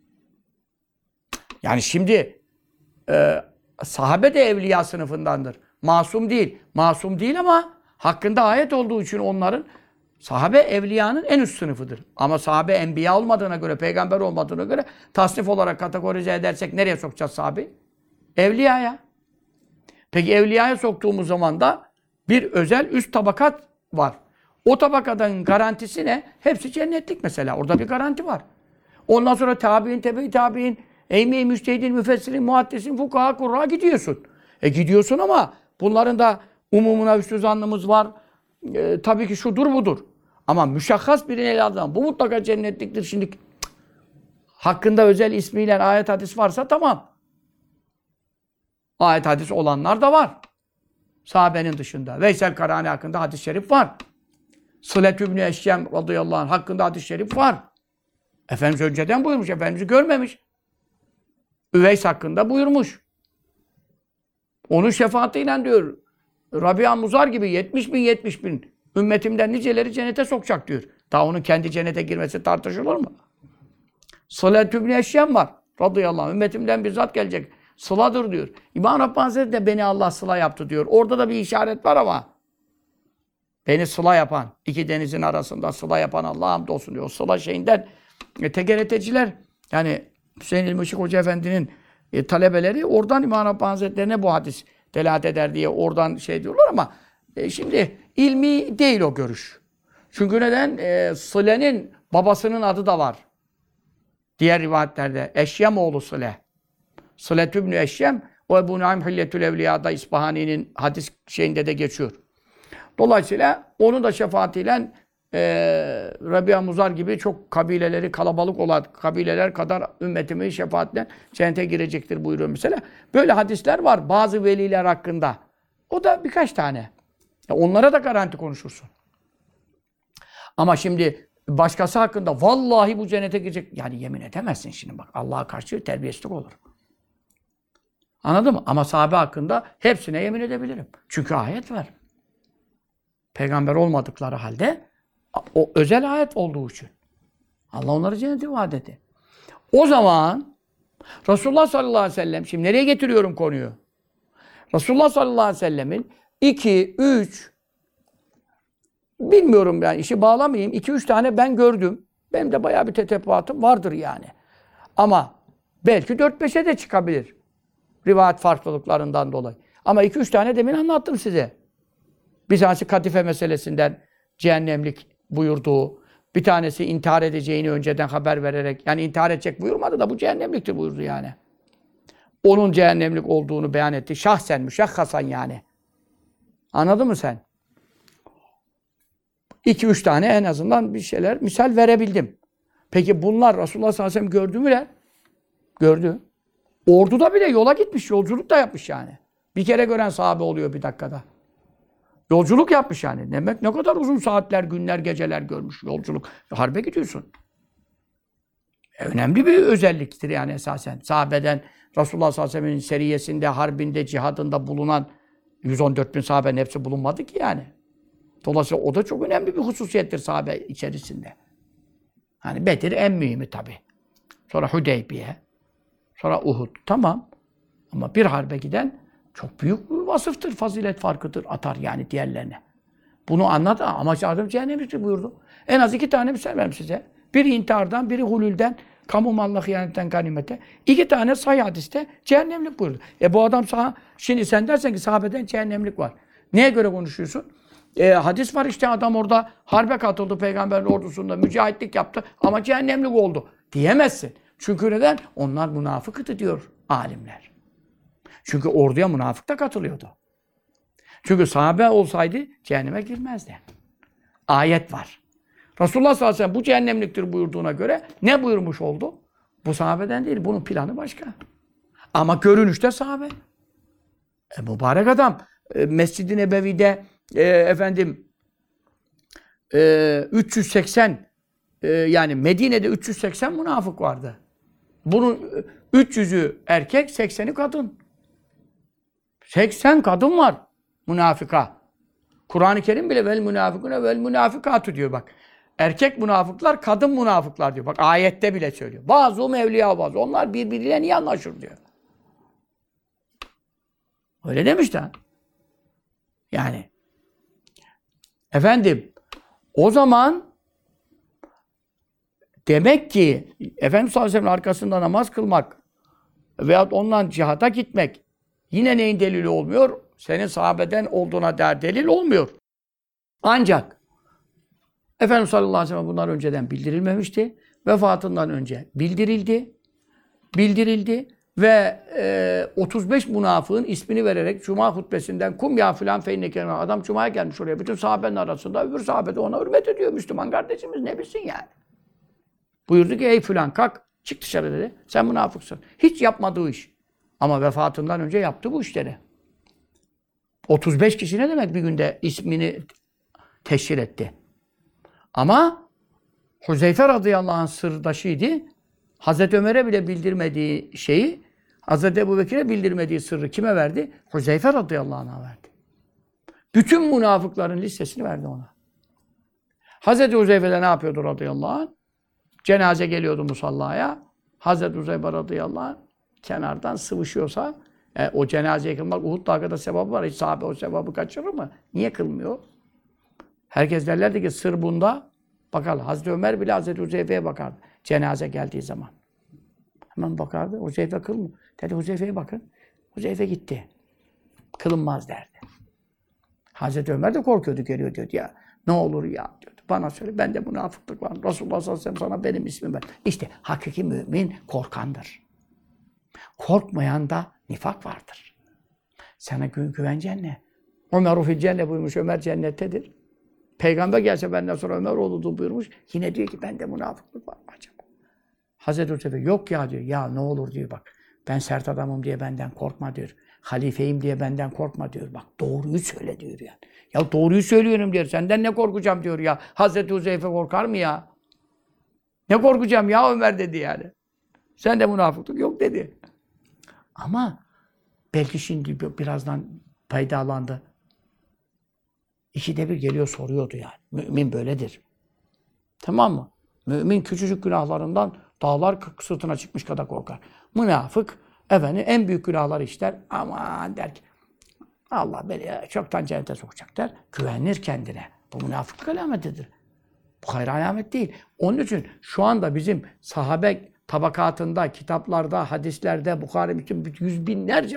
Yani şimdi sahabe de evliya sınıfındandır. Masum değil. Masum değil ama hakkında ayet olduğu için onların sahabe evliyanın en üst sınıfıdır. Ama sahabe enbiya olmadığına göre, peygamber olmadığına göre tasnif olarak kategorize edersek nereye sokacağız sahabeyi? Evliyaya. Peki evliyaya soktuğumuz zaman da bir özel üst tabakat var. O tabakadan garantisi ne? Hepsi cennetlik mesela. Orada bir garanti var. Ondan sonra tabi'in, tebe-i tabi'in, eym-i müçtehidin, müfessirin, muhaddisin, fukaha, kurra gidiyorsun. Gidiyorsun ama bunların da umumuna üstü zannımız var. Tabii ki şudur budur. Ama müşahhas birini ele aldığında bu mutlaka cennetliktir. Şimdi hakkında özel ismiyle ayet hadis varsa tamam. Ayet hadis olanlar da var. Sahabenin dışında. Veysel Karani hakkında hadis-i şerif var. Sılet İbni Eşyem radıyallahu anh hakkında hadis-i şerif var. Efendimiz önceden buyurmuş. Efendimiz'i görmemiş. Üveys hakkında buyurmuş. Onun şefaatiyle diyor. Rabia Muzar gibi 70 bin ümmetimden niceleri cennete sokacak diyor. Daha onun kendi cennete girmesi tartışılır mı? Sılet İbni Eşyem var. Radıyallahu anh. Ümmetimden bir zat gelecek. Sıladır diyor. İmam Rabbani Hazretleri de beni Allah sıla yaptı diyor. Orada da bir işaret var ama beni sıla yapan, iki denizin arasında sıla yapan Allah'a hamdolsun diyor. O sıla şeyinden TGRT'ciler yani Hüseyin İlmişik Hoca Efendi'nin talebeleri oradan İmam Rabbani Hazretleri'ne bu hadis delalet eder diye oradan şey diyorlar ama şimdi ilmi değil o görüş. Çünkü neden? Sıle'nin babasının adı da var. Diğer rivayetlerde Eşyem oğlu Sıle. Sılet İbni Eşyem o Ebu Nuaym Hilyetül Evliya'da İsbahani'nin hadis şeyinde de geçiyor. Dolayısıyla onun da şefaatiyle Rabia Muzar gibi çok kabileleri kalabalık olan kabileler kadar ümmetimin şefaatle cennete girecektir buyuruyor mesela. Böyle hadisler var bazı veliler hakkında. O da birkaç tane. Onlara da garanti konuşursun. Ama şimdi başkası hakkında vallahi bu cennete girecek. Yani yemin edemezsin şimdi bak. Allah'a karşı terbiyesizlik olur. Anladın mı? Ama sahabe hakkında hepsine yemin edebilirim. Çünkü ayet var. Peygamber olmadıkları halde o özel ayet olduğu için. Allah onları cennete vaat etti. O zaman Resulullah sallallahu aleyhi ve sellem, şimdi nereye getiriyorum konuyu? Resulullah sallallahu aleyhi ve sellemin 2, 3 bilmiyorum yani işi bağlamayayım. 2-3 tane ben gördüm. Benim de bayağı bir tetebbuatım vardır yani. Ama belki 4-5'e de çıkabilir. Rivayet farklılıklarından dolayı. Ama 2-3 tane demin anlattım size. Bir tanesi kadife meselesinden cehennemlik buyurduğu, bir tanesi intihar edeceğini önceden haber vererek, yani intihar edecek buyurmadı da bu cehennemliktir buyurdu yani. Onun cehennemlik olduğunu beyan etti. Şahsen, müşahhasan yani. Anladın mı sen? 2-3 tane en azından bir şeyler misal verebildim. Peki bunlar Resulullah sallallahu aleyhi ve sellem gördü müler? Gördü. Orduda bile yola gitmiş, yolculuk da yapmış yani. Bir kere gören sahabe oluyor bir dakikada. Yolculuk yapmış yani. Demek ne kadar uzun saatler, günler, geceler görmüş yolculuk. Harbe gidiyorsun. Önemli bir özelliktir yani esasen. Sahabeden Resulullah sallallahu aleyhi ve sellem'in seriyesinde, harbinde, cihadında bulunan 114 bin sahabenin hepsi bulunmadı ki yani. Dolayısıyla o da çok önemli bir hususiyettir sahabe içerisinde. Hani Bedir en mühimi tabii. Sonra Hudeybiye, sonra Uhud. Tamam. Ama bir harbe giden çok büyük bir vasıftır, fazilet farkıdır, atar yani diğerlerine. Bunu anlat ama Adam cehennemliktir buyurdu. En az 2 tane misal vereyim size. Biri intihardan, biri hulülden, kamu malına hıyanetten ganimete. 2 tane sahih hadiste cehennemlik buyurdu. Bu adam şimdi sen dersen ki sahabeden cehennemlik var. Neye göre konuşuyorsun? Hadis var işte adam orada harbe katıldı peygamberin ordusunda, mücahitlik yaptı ama cehennemlik oldu diyemezsin. Çünkü neden? Onlar münafıktı diyor alimler. Çünkü orduya münafık da katılıyordu. Çünkü sahabe olsaydı cehenneme girmezdi. Ayet var. Resulullah sallallahu aleyhi ve sellem bu cehennemliktir buyurduğuna göre ne buyurmuş oldu? Bu sahabeden değil, bunun planı başka. Ama görünüşte sahabe. Mübarek adam. Mescid-i Nebevi'de 380 yani Medine'de 380 münafık vardı. Bunun 300'ü erkek, 80'i kadın. 80 kadın var münafıka. Kur'an-ı Kerim bile vel münafıkune vel münafikatü diyor bak. Erkek münafıklar, kadın münafıklar diyor. Bak ayette bile söylüyor. Bazı evliya bazı. Onlar birbiriyle niye anlaşır diyor. Öyle demiş de. Yani o zaman demek ki Efendimiz sallallahu aleyhi ve sellem'in arkasında namaz kılmak veyahut ondan cihada gitmek yine neyin delili olmuyor? Senin sahabeden olduğuna dair delil olmuyor. Ancak Efendimiz sallallahu aleyhi ve sellem bunlar önceden bildirilmemişti. Vefatından önce bildirildi ve 35 münafığın ismini vererek Cuma hutbesinden kum ya filan feinneke adam Cuma'ya gelmiş oraya. Bütün sahabenin arasında öbür sahabe de ona hürmet ediyor. Müslüman kardeşimiz ne bilsin yani. Buyurdu ki ey filan kalk çık dışarı dedi. Sen münafıksın. Hiç yapmadığı iş. Ama vefatından önce yaptı bu işleri. 35 kişi ne demek bir günde ismini teşhir etti. Ama Huzeyfe radıyallahu anh sırdaşıydı. Hazreti Ömer'e bile bildirmediği şeyi Hazreti Ebubekir'e bildirmediği sırrı kime verdi? Huzeyfe radıyallahu anh'a verdi. Bütün münafıkların listesini verdi ona. Hazreti Huzeyfe de ne yapıyordu radıyallahu anh? Cenaze geliyordu musallaya. Hazreti Huzeyfe radıyallahu anh kenardan sıvışıyorsa o cenazeye kılmak Uhud Dağı'da sevabı var. Hiç sahabe o sevabı kaçırır mı? Niye kılmıyor? Herkes derlerdi ki sır bunda. Bakalım Hazreti Ömer bile Hazreti Huzeyfe'ye bakardı. Cenaze geldiği zaman. Hemen bakardı. Huzeyfe kılmıyor. Dedi Huzeyfe'ye bakın. Huzeyfe gitti. Kılınmaz derdi. Hazreti Ömer de korkuyordu geliyor diyordu ya. Ne olur ya diyordu. Bana söyle ben de münafıklık var. Resulullah sallallahu aleyhi ve sellem sana benim ismimi ver. İşte hakiki mümin korkandır. Korkmayan da nifak vardır. Sana güvencen ne? Ömer fil cennet buyurmuş. Ömer cennettedir. Peygamber gelse benden sonra Ömer olurdu buyurmuş. Yine diyor ki bende münafıklık var mı acaba? Hazreti Huzeyfe yok ya diyor. Ya ne olur diyor bak. Ben sert adamım diye benden korkma diyor. Halifeyim diye benden korkma diyor. Bak doğruyu söyle diyor yani. Ya doğruyu söylüyorum diyor. Senden ne korkacağım diyor ya. Hazreti Huzeyfe korkar mı ya? Ne korkacağım ya Ömer dedi yani. Sende münafıklık yok dedi. Ama belki şimdi birazdan paydalandı. İkide bir geliyor soruyordu yani. Mümin böyledir. Tamam mı? Mümin küçücük günahlarından dağlar sırtına çıkmış kadar korkar. Münafık en büyük günahları işler. Aman der ki Allah beni çoktan cennete sokacak der. Güvenir kendine. Bu münafıklık alametidir. Bu hayır alamet değil. Onun için şu anda bizim sahabe tabakatında, kitaplarda, hadislerde, Bukhari, Müslim, yüz binlerce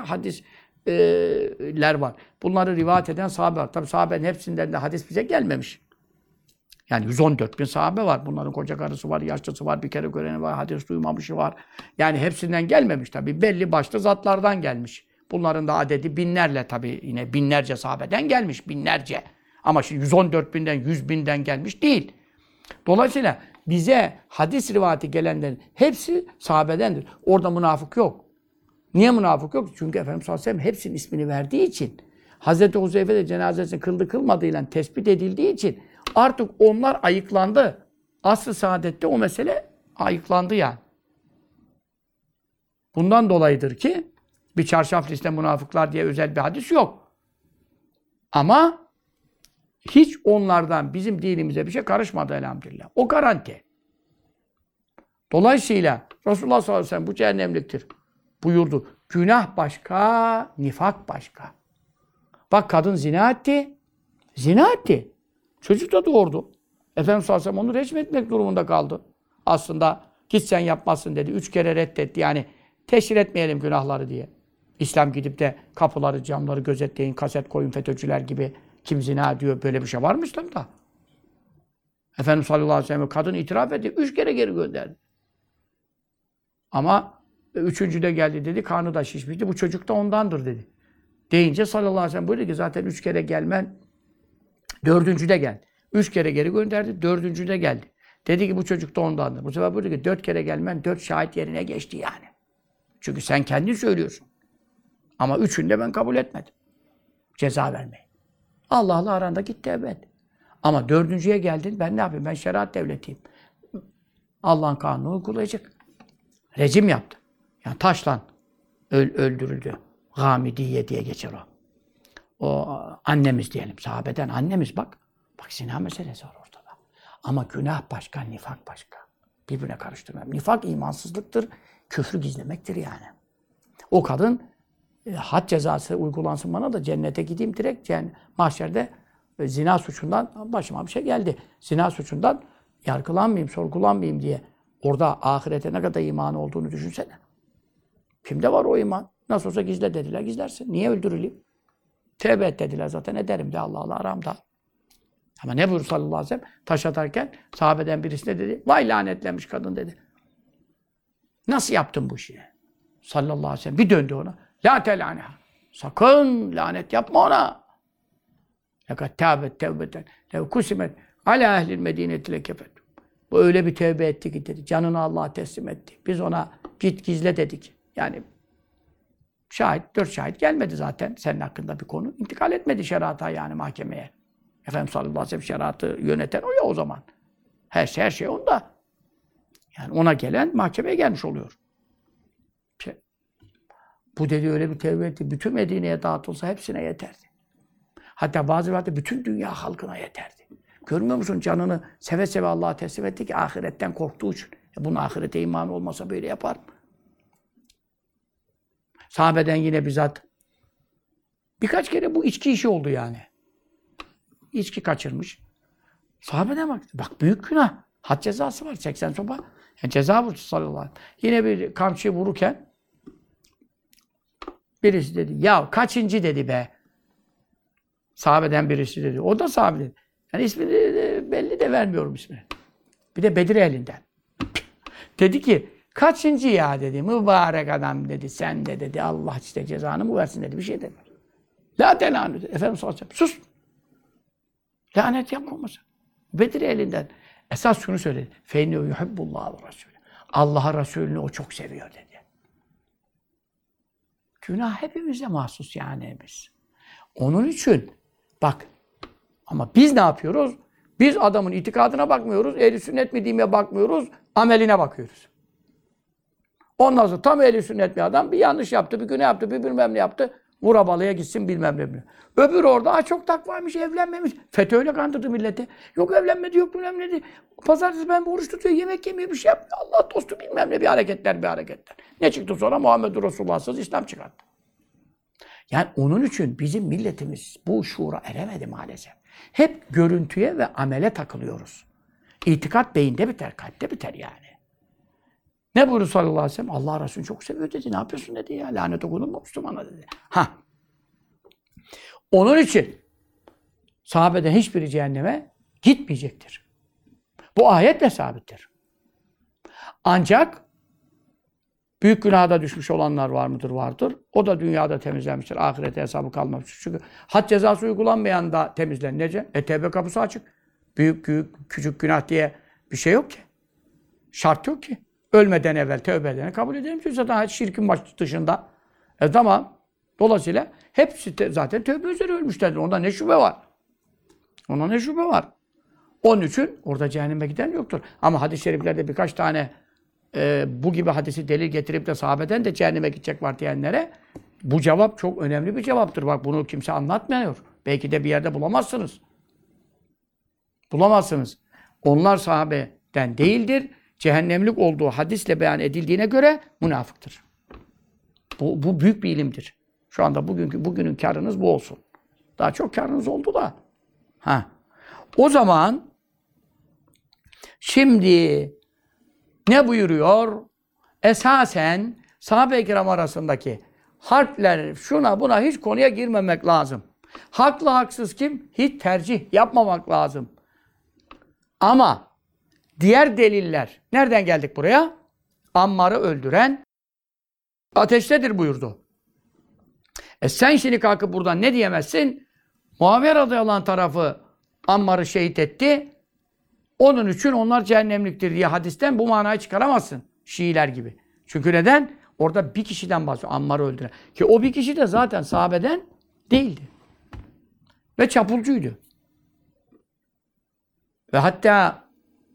hadisler var. Bunları rivayet eden sahabe var. Tabi sahabenin hepsinden de hadis bize gelmemiş. Yani 114 bin sahabe var. Bunların koca karısı var, yaşlısı var, bir kere göreni var, hadis duymamışı var. Yani hepsinden gelmemiş tabi. Belli başlı zatlardan gelmiş. Bunların da adedi binlerle tabi yine binlerce sahabeden gelmiş, binlerce. Ama şimdi 114 binden, 100 binden gelmiş değil. Dolayısıyla bize hadis rivayeti gelenlerin hepsi sahabedendir. Orada münafık yok. Niye münafık yok? Çünkü Efendimiz sallallahu aleyhi ve sellem hepsinin ismini verdiği için, Hazreti Huzeyfe de cenazesini kıldı kılmadığıyla tespit edildiği için artık onlar ayıklandı. Asr-ı saadette o mesele ayıklandı yani. Bundan dolayıdır ki bir çarşaf liste münafıklar diye özel bir hadis yok. Ama hiç onlardan bizim dinimize bir şey karışmadı elhamdülillah. O garanti. Dolayısıyla Resulullah sallallahu aleyhi ve sellem bu cehennemliktir buyurdu. Günah başka, nifak başka. Bak kadın zina etti. Zina etti. Çocuk da doğurdu. Efendimiz sallallahu aleyhi ve sellem onu rejim etmek durumunda kaldı. Aslında git sen yapmazsın dedi. 3 kere reddetti. Yani teşhir etmeyelim günahları diye. İslam gidip de kapıları, camları gözetleyin, kaset koyun FETÖ'cüler gibi kim zina diyor. Böyle bir şey var mı İslam'da? Efendimiz sallallahu aleyhi ve sellem kadın itiraf etti. 3 kere geri gönderdi. Ama üçüncüde geldi dedi. Karnı da şişmişti. Bu çocuk da ondandır dedi. Deyince sallallahu aleyhi ve sellem buyurdu ki zaten 3 kere gelmen dördüncüde geldi. 3 kere geri gönderdi. Dördüncüde geldi. Dedi ki bu çocuk da ondandır. Bu sefer buyurdu ki 4 kere gelmen 4 şahit yerine geçti yani. Çünkü sen kendin söylüyorsun. Ama üçünde ben kabul etmedim. Ceza vermeyi. Allah'la aranda gitti evet. Ama dördüncüye geldin ben ne yapayım? Ben şeriat devletiyim. Allah'ın kanunu uygulayacak. Rejim yaptı. Yani taşla öldürüldü. Gamidiye diye geçer o. O annemiz diyelim. Sahabeden annemiz bak. Bak zina meselesi var ortada. Ama günah başka, nifak başka. Birbirine karıştırmayalım. Nifak imansızlıktır. Küfrü gizlemektir yani. O kadın had cezası uygulansın bana da cennete gideyim direkt mahşerde zina suçundan başıma bir şey geldi. Zina suçundan yargılanmayayım, sorgulanmayayım diye. Orada ahirete ne kadar imanı olduğunu düşünsene. Kimde var o iman? Nasıl olsa gizle dediler, gizlersin. Niye öldürüleyim? Tevbe et dediler zaten ederim de Allah'la aramda. Ama ne buyurdu sallallahu aleyhi ve sellem? Taş atarken sahabeden birisi ne dedi? Vay lanetlenmiş kadın dedi. Nasıl yaptın bu işi? Sallallahu aleyhi ve sellem bir döndü ona. La telâneha. Sakın lanet yapma ona. Lekad tâbet tevbeten. Lev kusimet alâ ehlil medîneti lekefet. Bu öyle bir tevbe etti ki dedi. Canını Allah'a teslim etti. Biz ona git gizle dedik. Yani şahit, 4 şahit gelmedi zaten senin hakkında bir konu. İntikal etmedi şerata yani mahkemeye. Efendimiz sallallahu aleyhi ve sellem şeriatı yöneten o ya o zaman. Her şey onda. Yani ona gelen mahkemeye gelmiş oluyor. Bu dedi öyle bir tevbe etti. Bütün Medine'ye dağıtılsa hepsine yeterdi. Hatta bazı rivayette bütün dünya halkına yeterdi. Görmüyor musun canını seve seve Allah'a teslim etti ki ahiretten korktuğu için. Bunun ahirete imanı olmasa böyle yapar mı? Sahabeden yine bizzat birkaç kere bu içki işi oldu yani. İçki kaçırmış. Sahabeden bak. Bak büyük günah. Had cezası var. 80 sopa. Yani ceza vurdu sallallahu aleyhi ve sellem. Yine bir kamçıyı vururken birisi dedi. Ya kaçıncı dedi be. Sahabeden birisi dedi. O da sahabe dedi. Yani ismini belli de vermiyorum ismini. Bir de Bedir elinden. Dedi ki kaçıncı ya dedi. Mübarek adam dedi. Sen de dedi. Allah işte cezanı mı versin dedi. Bir şey demedi. La telanü dedi. Efendimiz sallallahu aleyhi ve sellem. Sus. Lanet yapmamasın. Bedir elinden. Esas şunu söyledi. Feynehu yuhibbullah ve Resulü. Allah'a Resulünü o çok seviyor dedi. Günah hepimize mahsus yani biz. Onun için bak ama biz ne yapıyoruz? Biz adamın itikadına bakmıyoruz. Ehl-i sünnet mi diyeyim bakmıyoruz. Ameline bakıyoruz. Ondan sonra tam ehl-i sünnet bir adam bir yanlış yaptı, bir günah yaptı, bir bilmem ne yaptı. Vura balaya gitsin bilmem ne. Öbür orada çok takvaymış, evlenmemiş. FETÖ'yle kandırdı milleti. Yok evlenmedi, yok bilmem ne. Pazartesi ben oruç tutuyor, yemek yemiyor, bir şey yapmıyor. Allah dostu bilmem ne bir hareketler. Ne çıktı sonra? Muhammed Resulullah'sız İslam çıkarttı. Yani onun için bizim milletimiz bu şuura eremedi maalesef. Hep görüntüye ve amele takılıyoruz. İtikat beyinde biter, kalpte biter yani. Ne buyurdu sallallahu aleyhi ve sellem? Allah Resulü çok seviyor dedi. Ne yapıyorsun dedi ya. Lanet okunur mu Müslümana dedi. Onun için sahabeden hiçbiri cehenneme gitmeyecektir. Bu ayetle sabittir. Ancak büyük günahda düşmüş olanlar var mıdır? Vardır. O da dünyada temizlenmiştir. Ahirete hesabı kalmamıştır. Çünkü had cezası uygulanmayan da temizlenecek. Tevbe kapısı açık. Büyük, küçük günah diye bir şey yok ki. Şart yok ki. Ölmeden evvel tövbe edeni kabul edelim ki zaten şirkin dışında. Tamam. Dolayısıyla hepsi zaten tövbe üzere ölmüşlerdir. Onda ne şüphe var? Ona ne şüphe var? Onun için orada cehenneme giden yoktur. Ama hadis-i şeriflerde birkaç tane bu gibi hadisi delil getirip de sahabeden de cehenneme gidecek var diyenlere bu cevap çok önemli bir cevaptır. Bak bunu kimse anlatmıyor. Belki de bir yerde bulamazsınız. Bulamazsınız. Onlar sahabeden değildir. Cehennemlik olduğu hadisle beyan edildiğine göre münafıktır. Bu büyük bir ilimdir. Şu anda bugünün kârınız bu olsun. Daha çok kârınız oldu da. O zaman şimdi ne buyuruyor? Esasen sahabe-i kiram arasındaki harpler şuna buna hiç konuya girmemek lazım. Haklı haksız kim? Hiç tercih yapmamak lazım. Ama diğer deliller, nereden geldik buraya? Ammar'ı öldüren ateştedir buyurdu. Sen şimdi kalkıp buradan ne diyemezsin? Muaviye radıyallahu anh tarafı Ammar'ı şehit etti. Onun için onlar cehennemliktir diye hadisten bu manayı çıkaramazsın. Şiiler gibi. Çünkü neden? Orada bir kişiden bahsediyor. Ammar'ı öldüren. Ki o bir kişi de zaten sahabeden değildi. Ve çapulcuydu. Ve hatta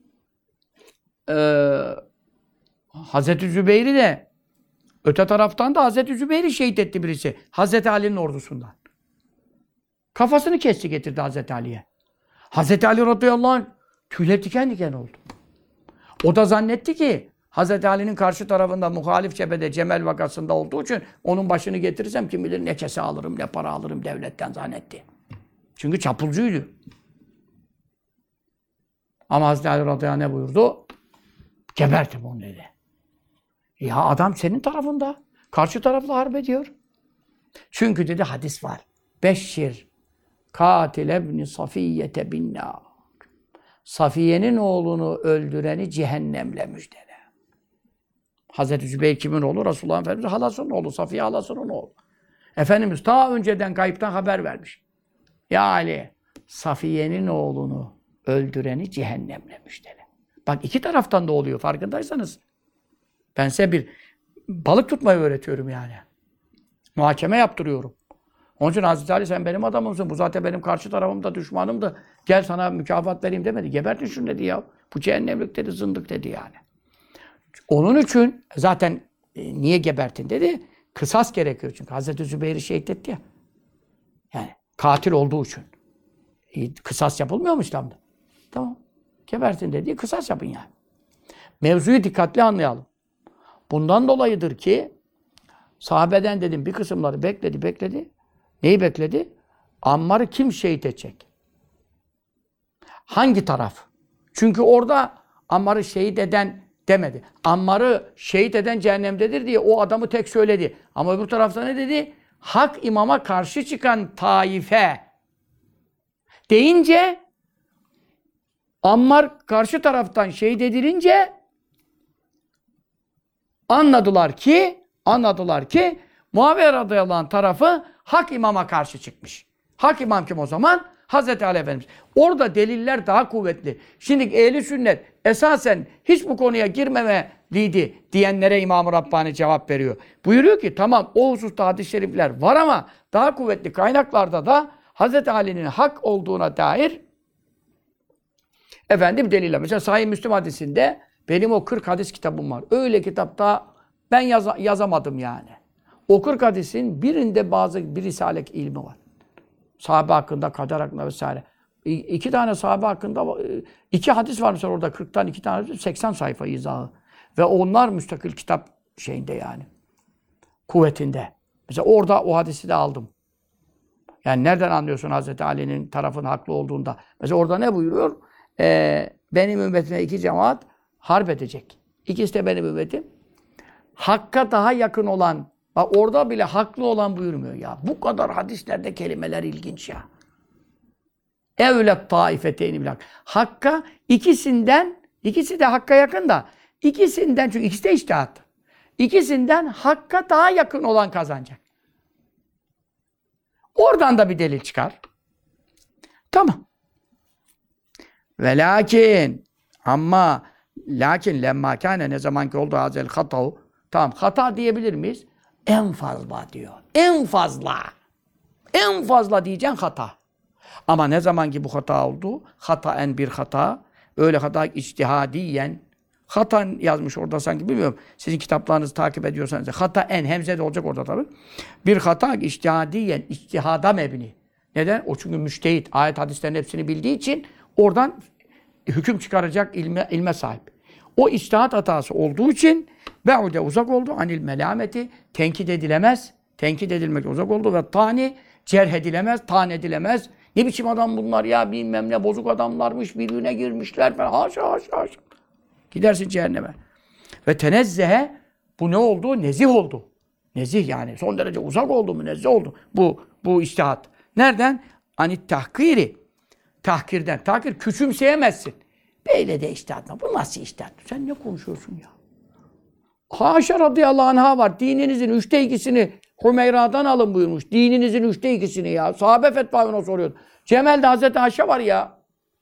Hazreti Zübeyir'i de öte taraftan da Hazreti Zübeyir'i şehit etti birisi. Hazreti Ali'nin ordusundan. Kafasını kesti getirdi Hazreti Ali'ye. Hazreti Ali radıyallahu anh tüyleri diken diken oldu. O da zannetti ki Hazreti Ali'nin karşı tarafında muhalif cephede Cemel vakasında olduğu için onun başını getirirsem kim bilir ne kese alırım, ne para alırım devletten zannetti. Çünkü çapulcuydu. Ama Hazreti Ali radıyallahu anh ne buyurdu? Gebertim onu dedi. Ya adam senin tarafında. Karşı tarafla harp ediyor. Çünkü dedi hadis var. Beşşir katil ebni Safiyyete binnâr. Safiye'nin oğlunu öldüreni cehennemle müjdele. Hazreti Zübeyir kimin oğlu? Resulullah Efendimiz halasının oğlu. Safiye halasının oğlu. Efendimiz ta önceden kayıptan haber vermiş. Ya Ali, Safiye'nin oğlunu öldüreni cehennemle müjdele. Bak iki taraftan da oluyor farkındaysanız. Ben size bir balık tutmayı öğretiyorum yani. Muhakeme yaptırıyorum. Onun için Hazreti Ali sen benim adamımsın. Bu zaten benim karşı tarafımda, düşmanımdı. Gel sana mükafat vereyim demedi. Gebertin şunu dedi ya. Bu cehennemlik dedi, zındık dedi yani. Onun için zaten niye gebertin dedi. Kısas gerekiyor çünkü. Hazreti Zübeyir'i şehit etti ya. Yani katil olduğu için. Kısas yapılmıyor mu İslam'da? Tamam. Gebertin dediği kısas yapın yani. Mevzuyu dikkatli anlayalım. Bundan dolayıdır ki sahabeden dedim bir kısımları bekledi. Neyi bekledi? Ammar'ı kim şehit edecek? Hangi taraf? Çünkü orada Ammar'ı şehit eden demedi. Ammar'ı şehit eden cehennemdedir diye o adamı tek söyledi. Ama öbür tarafta ne dedi? Hak imama karşı çıkan taife deyince Ammar karşı taraftan şehit edilince anladılar ki Muaviye radıyallahu anh tarafı hak imama karşı çıkmış. Hak imam kim o zaman? Hazreti Ali Efendimiz. Orada deliller daha kuvvetli. Şimdi ehli sünnet esasen hiç bu konuya girmemeliydi diyenlere İmam-ı Rabbani cevap veriyor. Buyuruyor ki tamam o hususta hadis-i şerifler var ama daha kuvvetli kaynaklarda da Hazreti Ali'nin hak olduğuna dair deliller. Mesela Sahih Müslim hadisinde benim o 40 hadis kitabım var. Öyle kitapta ben yazamadım yani. O 40 hadisin birinde bir risale ilmi var. Sahabe hakkında, kader hakkında vesaire. 2 tane sahabe hakkında 2 hadis var mesela orada 40'tan 2 tane 80 sayfa izahı. Ve onlar müstakil kitap şeyinde yani. Kuvvetinde. Mesela orada o hadisi de aldım. Yani nereden anlıyorsun Hazreti Ali'nin tarafın haklı olduğunda? Mesela orada ne buyuruyor? Benim ümmetime 2 cemaat harp edecek. İkisi de benim ümmetim. Hakka daha yakın olan, bak orada bile haklı olan buyurmuyor ya. Bu kadar hadislerde kelimeler ilginç ya. Evlet taifeteyni bilak. Hakka ikisi de hakka yakın da, ikisinden çünkü ikisi de içtihat. İkisinden hakka daha yakın olan kazanacak. Oradan da bir delil çıkar. Tamam. Ve lakin lemma kâne ne zamanki oldu hazel hata'u. Tamam hata diyebilir miyiz? En fazla diyor. En fazla diyeceksin hata. Ama ne zaman ki bu hata oldu? Hataen bir hata. Öyle hata içtihadiyen Hata yazmış orada sanki, bilmiyorum. Sizin kitaplarınızı takip ediyorsanız. Hata en, hemze de olacak orada tabii. Bir hata içtihadiyen, içtihada mebni. Neden? O çünkü müştehit. Ayet hadislerin hepsini bildiği için oradan hüküm çıkaracak ilme sahip. O içtihat hatası olduğu için be'ude uzak oldu. Anil melameti tenkit edilemez. Tenkit edilmek uzak oldu ve tani cerh edilemez, tan edilemez. Ne biçim adam bunlar ya, bilmem ne bozuk adamlarmış, birbirine girmişler falan. Haşa haşa haşa. Gidersin cehenneme. Ve tenezzehe, bu ne oldu? Nezih oldu. Nezih yani son derece uzak oldu, münezzeh oldu. Bu içtihat. Nereden? Anit tahkiri. Tahkirden. Tahkir küçümseyemezsin. Böyle de içtihat. Bu nasıl içtihat? Sen ne konuşuyorsun ya? Haşa radıyallahu anh'a var. Dininizin 2/3'ünü Hümeyra'dan alın buyurmuş. Dininizin 2/3'ünü ya. Sahabe fetvasına soruyor. Cemel'de Hazreti Ayşe var ya.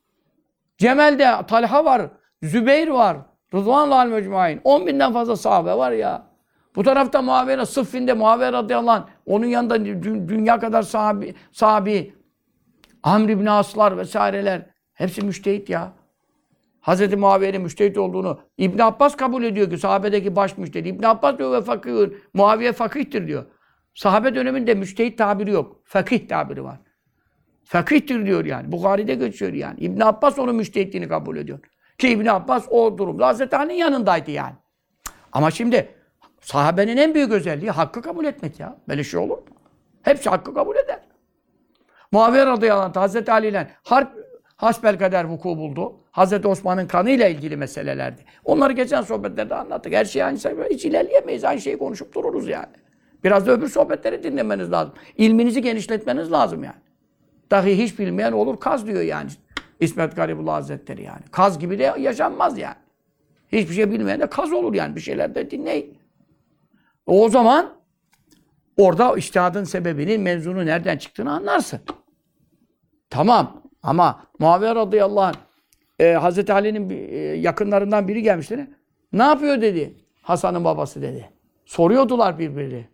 Cemel'de Talha var. Zübeyir var. Rıdvanullah mecmaîn. 10.000'den fazla sahabe var ya. Bu tarafta Muaviye, Sıffin'de Muaviye radıyallahu anh. Onun yanında dünya kadar sahabi. Amr ibn Aslar vesaireler. Hepsi müştehit ya. Hazreti Muaviye'nin müştehit olduğunu İbn Abbas kabul ediyor ki sahabedeki baş müştehit. İbn Abbas diyor ve fakihün. Muaviye fakihtir diyor. Sahabe döneminde müştehit tabiri yok. Fakih tabiri var. Fakihtir diyor yani. Bukhari'de geçiyor yani. İbn Abbas onun müştehitliğini kabul ediyor. Ki İbn Abbas o durumda Hazreti Ali'nin yanındaydı yani. Ama şimdi sahabenin en büyük özelliği hakkı kabul etmek ya. Böyle şey olur mu? Hepsi hakkı kabul eder. Muaviye radıyallahu anh Hazreti Ali ile harp hasbelkader vuku buldu. Hazreti Osman'ın kanıyla ilgili meselelerdi. Onları geçen sohbetlerde anlattık. Her şeyi aynı şey, hiç ilerleyemeyiz. Aynı şeyi konuşup dururuz yani. Biraz da öbür sohbetleri dinlemeniz lazım. İlminizi genişletmeniz lazım yani. Dahi hiç bilmeyen olur kaz diyor yani. İsmet Garibullah Hazretleri yani. Kaz gibi de yaşanmaz yani. Hiçbir şey bilmeyen de kaz olur yani. Bir şeyler de dinleyin. O zaman orada içtihadın sebebinin, mevzunun nereden çıktığını anlarsın. Tamam. Ama Muaviye radıyallahu anh Hazreti Ali'nin yakınlarından biri gelmişti. Ne yapıyor dedi. Hasan'ın babası dedi. Soruyordular birbirini.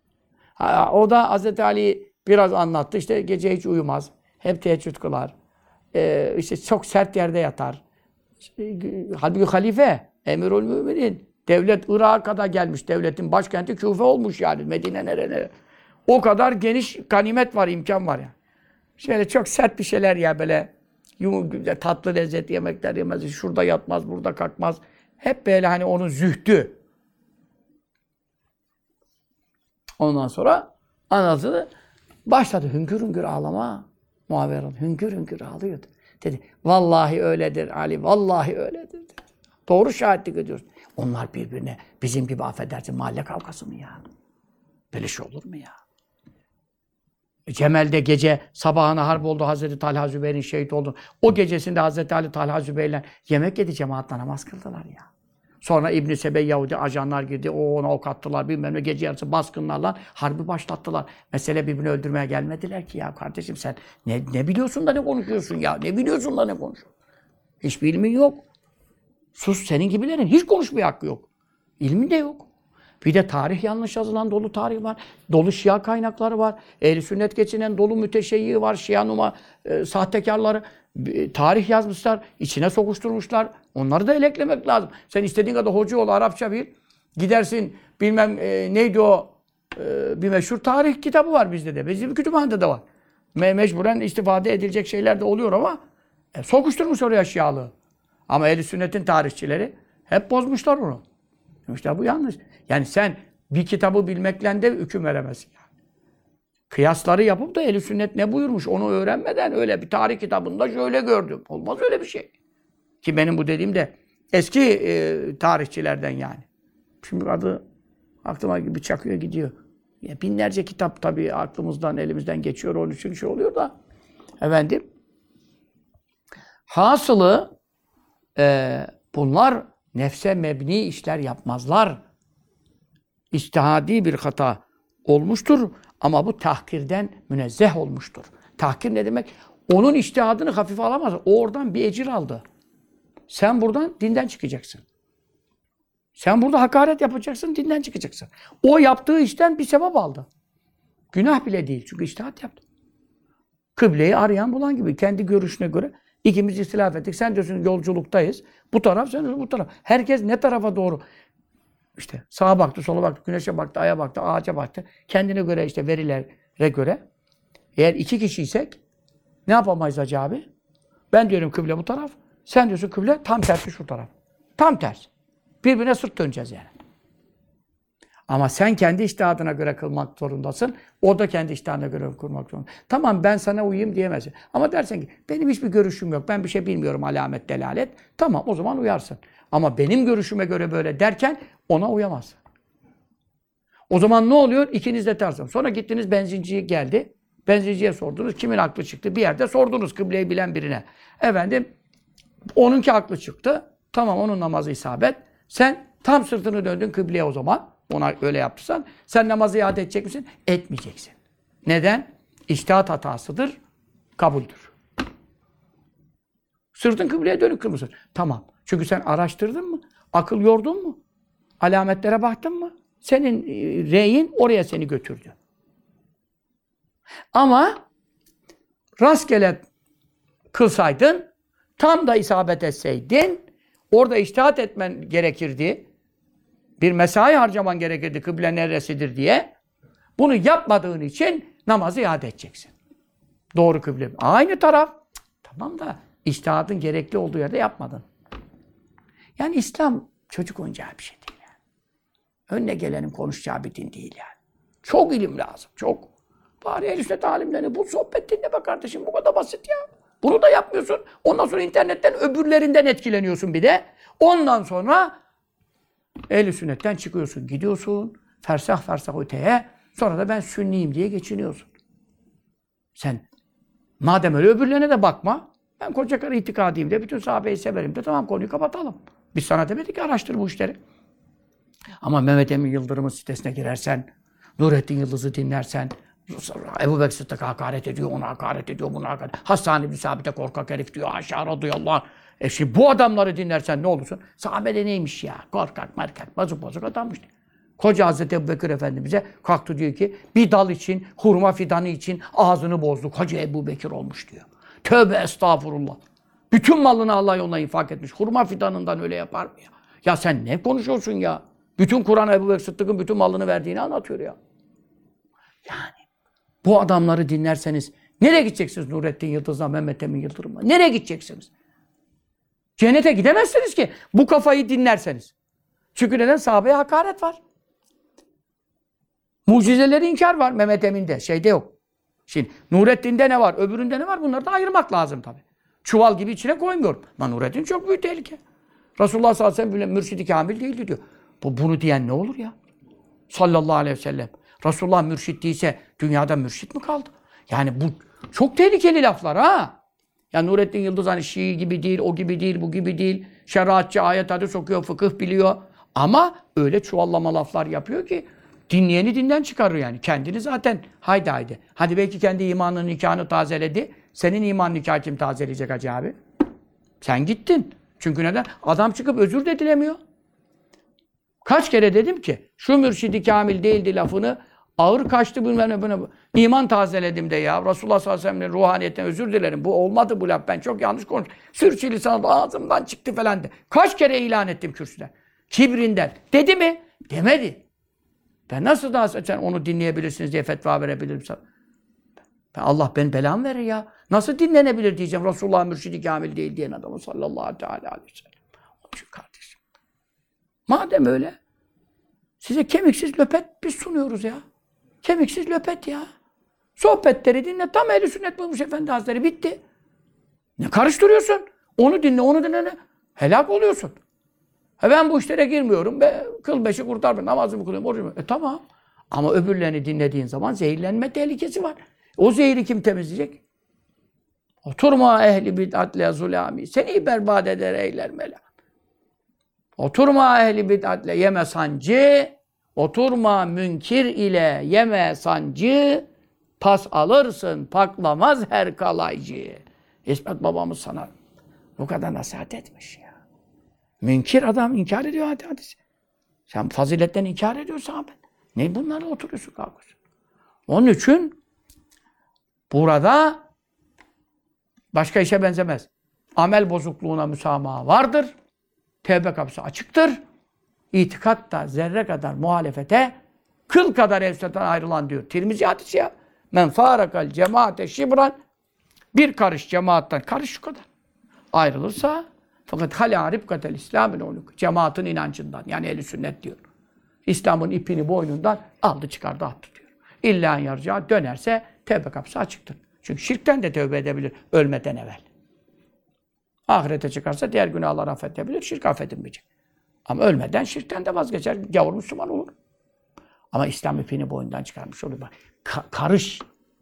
O da Hazreti Ali biraz anlattı. İşte gece hiç uyumaz. Hep teheccüd kılar. İşte çok sert yerde yatar. Halbuki halife, emirül müminin. Devlet Irak'a kadar gelmiş. Devletin başkenti Küfe olmuş yani. Medine nereye. O kadar geniş ganimet var, imkan var yani. Şöyle çok sert bir şeyler ya böyle tatlı lezzetli yemekler yemez. Şurada yatmaz, burada kalkmaz. Hep böyle hani onun zühdü. Ondan sonra anası başladı hüngür hüngür ağlama. Muaviye hüngür hüngür ağlıyordu. Dedi vallahi öyledir Ali, vallahi öyledir dedi. Doğru şahitlik ediyoruz. Onlar birbirine bizim gibi affedersin mahalle kavgası mı ya? Böyle şey olur mu ya? Cemel'de gece sabahına harp oldu. Hazreti Talha Zübeyir'in şehit oldu. O gecesinde Hazreti Ali Talha Zübeyir'le yemek yedi, cemaatle namaz kıldılar ya. Sonra İbn-i Sebe Yahudi ajanlar girdi. Ona ok attılar. Bilmem ne gece yarısı baskınlarla harbi başlattılar. Mesele birbirini öldürmeye gelmediler ki ya kardeşim sen ne biliyorsun da ne konuşuyorsun ya? Ne biliyorsun da ne konuşuyorsun? Hiçbir ilmin yok. Sus, senin gibilerin hiç konuşmaya hakkı yok. İlmin de yok. Bir de tarih yanlış yazılan dolu tarih var. Dolu Şia kaynakları var. Ehl-i sünnet geçinen dolu müteşeyyi var. Şia sahtekarları. Tarih yazmışlar. İçine sokuşturmuşlar. Onları da eleklemek lazım. Sen istediğin kadar hoca ol, Arapça bil. Gidersin bilmem neydi o bir meşhur tarih kitabı var bizde de. Bizim kütüphanede de var. Mecburen istifade edilecek şeyler de oluyor ama sokuşturmuş oraya Şialığı. Ama Ehl-i sünnetin tarihçileri hep bozmuşlar onu. İşte bu yanlış. Yani sen bir kitabı bilmekle de hüküm veremezsin. Yani. Kıyasları yapıp da Ehl-i sünnet ne buyurmuş onu öğrenmeden öyle bir tarih kitabında şöyle gördüm. Olmaz öyle bir şey. Ki benim bu dediğim de eski tarihçilerden yani. Şimdi adı aklıma gibi çakıyor gidiyor. Ya binlerce kitap tabii aklımızdan elimizden geçiyor. Onun için şey oluyor da. Efendim. Hasılı bunlar nefse mebni işler yapmazlar. İçtihadi bir hata olmuştur ama bu tahkirden münezzeh olmuştur. Tahkir ne demek? Onun içtihadını hafife alamaz. O oradan bir ecir aldı. Sen buradan dinden çıkacaksın. Sen burada hakaret yapacaksın, dinden çıkacaksın. O yaptığı işten bir sevap aldı. Günah bile değil çünkü içtihat yaptı. Kıbleyi arayan bulan gibi kendi görüşüne göre İkimiz ihtilaf ettik. Sen diyorsun yolculuktayız. Bu taraf, sen diyorsun bu taraf. Herkes ne tarafa doğru? İşte sağa baktı, sola baktı, güneşe baktı, aya baktı, ağaca baktı. Kendine göre işte verilere göre. Eğer iki kişiysek ne yapamayız Hacı abi? Ben diyorum kıble bu taraf. Sen diyorsun kıble tam tersi şu taraf. Tam ters. Birbirine sırt döneceğiz yani. Ama sen kendi içtihadına göre kılmak zorundasın. O da kendi içtihadına göre kılmak zorunda. Tamam ben sana uyayım diyemezsin. Ama dersen ki benim hiçbir görüşüm yok. Ben bir şey bilmiyorum alamet, delalet. Tamam o zaman uyarsın. Ama benim görüşüme göre böyle derken ona uyamazsın. O zaman ne oluyor? İkiniz de tersiniz. Sonra gittiniz benzinciye geldi. Benzinciye sordunuz. Kimin aklı çıktı? Bir yerde sordunuz kıbleyi bilen birine. Efendim onunki aklı çıktı. Tamam onun namazı isabet. Sen tam sırtını döndün kıbleye o zaman. Ona öyle yaptıysan sen namazı iade edecek misin? Etmeyeceksin. Neden? İçtihat hatasıdır, kabuldür. Sırtın kıbleye dönük kılmışsın. Tamam. Çünkü sen araştırdın mı? Akıl yordun mu? Alametlere baktın mı? Senin reyin oraya seni götürdü. Ama rastgele kılsaydın, tam da isabet etseydin, orada içtihat etmen gerekirdi. Bir mesai harcaman gerekirdi kıble neresidir diye. Bunu yapmadığın için namazı iade edeceksin. Doğru kıble. Aynı taraf. Tamam da içtihadın gerekli olduğu yerde yapmadın. Yani İslam çocuk oyuncağı bir şey değil yani. Önüne gelenin konuşacağı bir din değil yani. Çok ilim lazım. Çok. Bari el üstüne talimlerini bu sohbet dinle be kardeşim. Bu kadar basit ya. Bunu da yapmıyorsun. Ondan sonra internetten öbürlerinden etkileniyorsun bir de. Ondan sonra ehl-i sünnetten çıkıyorsun, gidiyorsun, fersah fersah öteye, sonra da ben sünniyim diye geçiniyorsun. Sen, madem öyle öbürlerine de bakma, ben koca karı itikadiyim de, bütün sahabeyi severim de, tamam konuyu kapatalım. Biz sana demedik ki araştır bu işleri. Ama Mehmet Emin Yıldırım'ın sitesine girersen, Nurettin Yıldız'ı dinlersen, Ebu Bekir Sıddık'a hakaret ediyor, ona hakaret ediyor, buna hakaret ediyor. Hassan İbn Sabit'e korkak herif diyor, haşa radıyallahu anh. Şimdi bu adamları dinlersen ne olursun? Sahabe de neymiş ya? Korkak, merkak, bozuk bozuk adammış. Koca Hazreti Ebubekir Efendimiz'e kalktı diyor ki bir dal için, hurma fidanı için ağzını bozduk. Hacı Ebubekir olmuş diyor. Tövbe estağfurullah. Bütün malını Allah yoluna infak etmiş. Hurma fidanından öyle yapar mı ya? Ya sen ne konuşuyorsun ya? Bütün Kur'an Ebu Bekir Sıddık'ın bütün malını verdiğini anlatıyor ya. Yani bu adamları dinlerseniz nereye gideceksiniz Nurettin Yıldız'la, Mehmet Emin Yıldırım'la? Nereye gideceksiniz? Cennete gidemezsiniz ki bu kafayı dinlerseniz. Çünkü neden? Sahabeye hakaret var. Mucizeleri inkar var Mehmet Emin'de. Şeyde yok. Şimdi Nurettin'de ne var? Öbüründe ne var? Bunları da ayırmak lazım tabii. Çuval gibi içine koymuyorum. Lan Nurettin çok büyük tehlike. Resulullah sallallahu aleyhi ve sellem mürşidi kamil değildi diyor. Bunu diyen ne olur ya? Sallallahu aleyhi ve sellem. Resulullah mürşid değilse dünyada mürşid mi kaldı? Yani bu çok tehlikeli laflar ha. Ya Nurettin Yıldız hani Şii gibi değil, o gibi değil, bu gibi değil. Şeriatçı, ayet hadis okuyor, fıkıh biliyor. Ama öyle çuvallama laflar yapıyor ki dinleyeni dinden çıkarır yani. Kendini zaten haydi haydi. Hadi belki kendi imanının nikahını tazeledi. Senin iman nikahı kim tazeleyecek Hacı abi? Sen gittin. Çünkü neden? Adam çıkıp özür de dilemiyor. Kaç kere dedim ki şu mürşidi kamil değildi lafını ağır kaçtı bilmem ne. İman tazeledim de ya. Resulullah sallallahu aleyhi ve sellem'in ruhaniyetten özür dilerim. Bu olmadı bu laf. Ben çok yanlış konuştum. Sürçülisan ağzımdan çıktı falan de. Kaç kere ilan ettim kürsüden. Kibrinden. Dedi mi? Demedi. Ben nasıl daha sen onu dinleyebilirsiniz diye fetva verebilirim sana. Allah ben belamı verir ya. Nasıl dinlenebilir diyeceğim. Resulullah mürşidi kamil değil diyen adamı sallallahu aleyhi ve sellem. Onun için kardeşim. Madem öyle size kemiksiz löpet biz sunuyoruz ya. Kemiksiz löpet ya. Sohbetleri dinle. Tam Ehl-i Sünnet bulmuş Efendi Hazretleri. Bitti. Ne karıştırıyorsun? Onu dinle, onu dinle. Ne? Helak oluyorsun. Ben bu işlere girmiyorum. Kıl beşi kurtar beni. Namazımı kılıyorum. Orucumu. Tamam. Ama öbürlerini dinlediğin zaman zehirlenme tehlikesi var. O zehri kim temizleyecek? Oturma ehli bid'atle zulami. Seni berbat eder eyler mela. Oturma ehli bid'atle yeme sancı. Oturma münkir ile yeme sancı. Pas alırsın paklamaz her kalaycı. İsmet babamız sana bu kadar nasihat etmiş ya. Münkir adam inkar ediyor hadis. Sen faziletten inkar ediyorsun abi. Ne bunlara oturuyorsun kalkıyorsun. Onun için burada başka işe benzemez. amel bozukluğuna müsamaha vardır. Tevbe kapısı açıktır. İtikat da zerre kadar muhalefete kıl kadar evsetten ayrılan diyor. Tirmizi hadisi ya. Men farakal cemaate şibran, bir karış cemaattan, karış şu kadar ayrılırsa fakat hala ribkatel İslam'ın onuk. Cemaatin inancından, yani ehl-i sünnet diyor. İslam'ın ipini boynundan aldı çıkardı attı diyor. İlla yarca dönerse tevbe kapısı açıktır. Çünkü şirkten de tövbe edebilir ölmeden evvel. Ahirete çıkarsa diğer günahlar affedebilir, şirk affedilmeyecek. Ama ölmeden şirkten de vazgeçer, gavur Müslüman olur. Ama İslam ipini boyundan çıkarmış olur. Karış.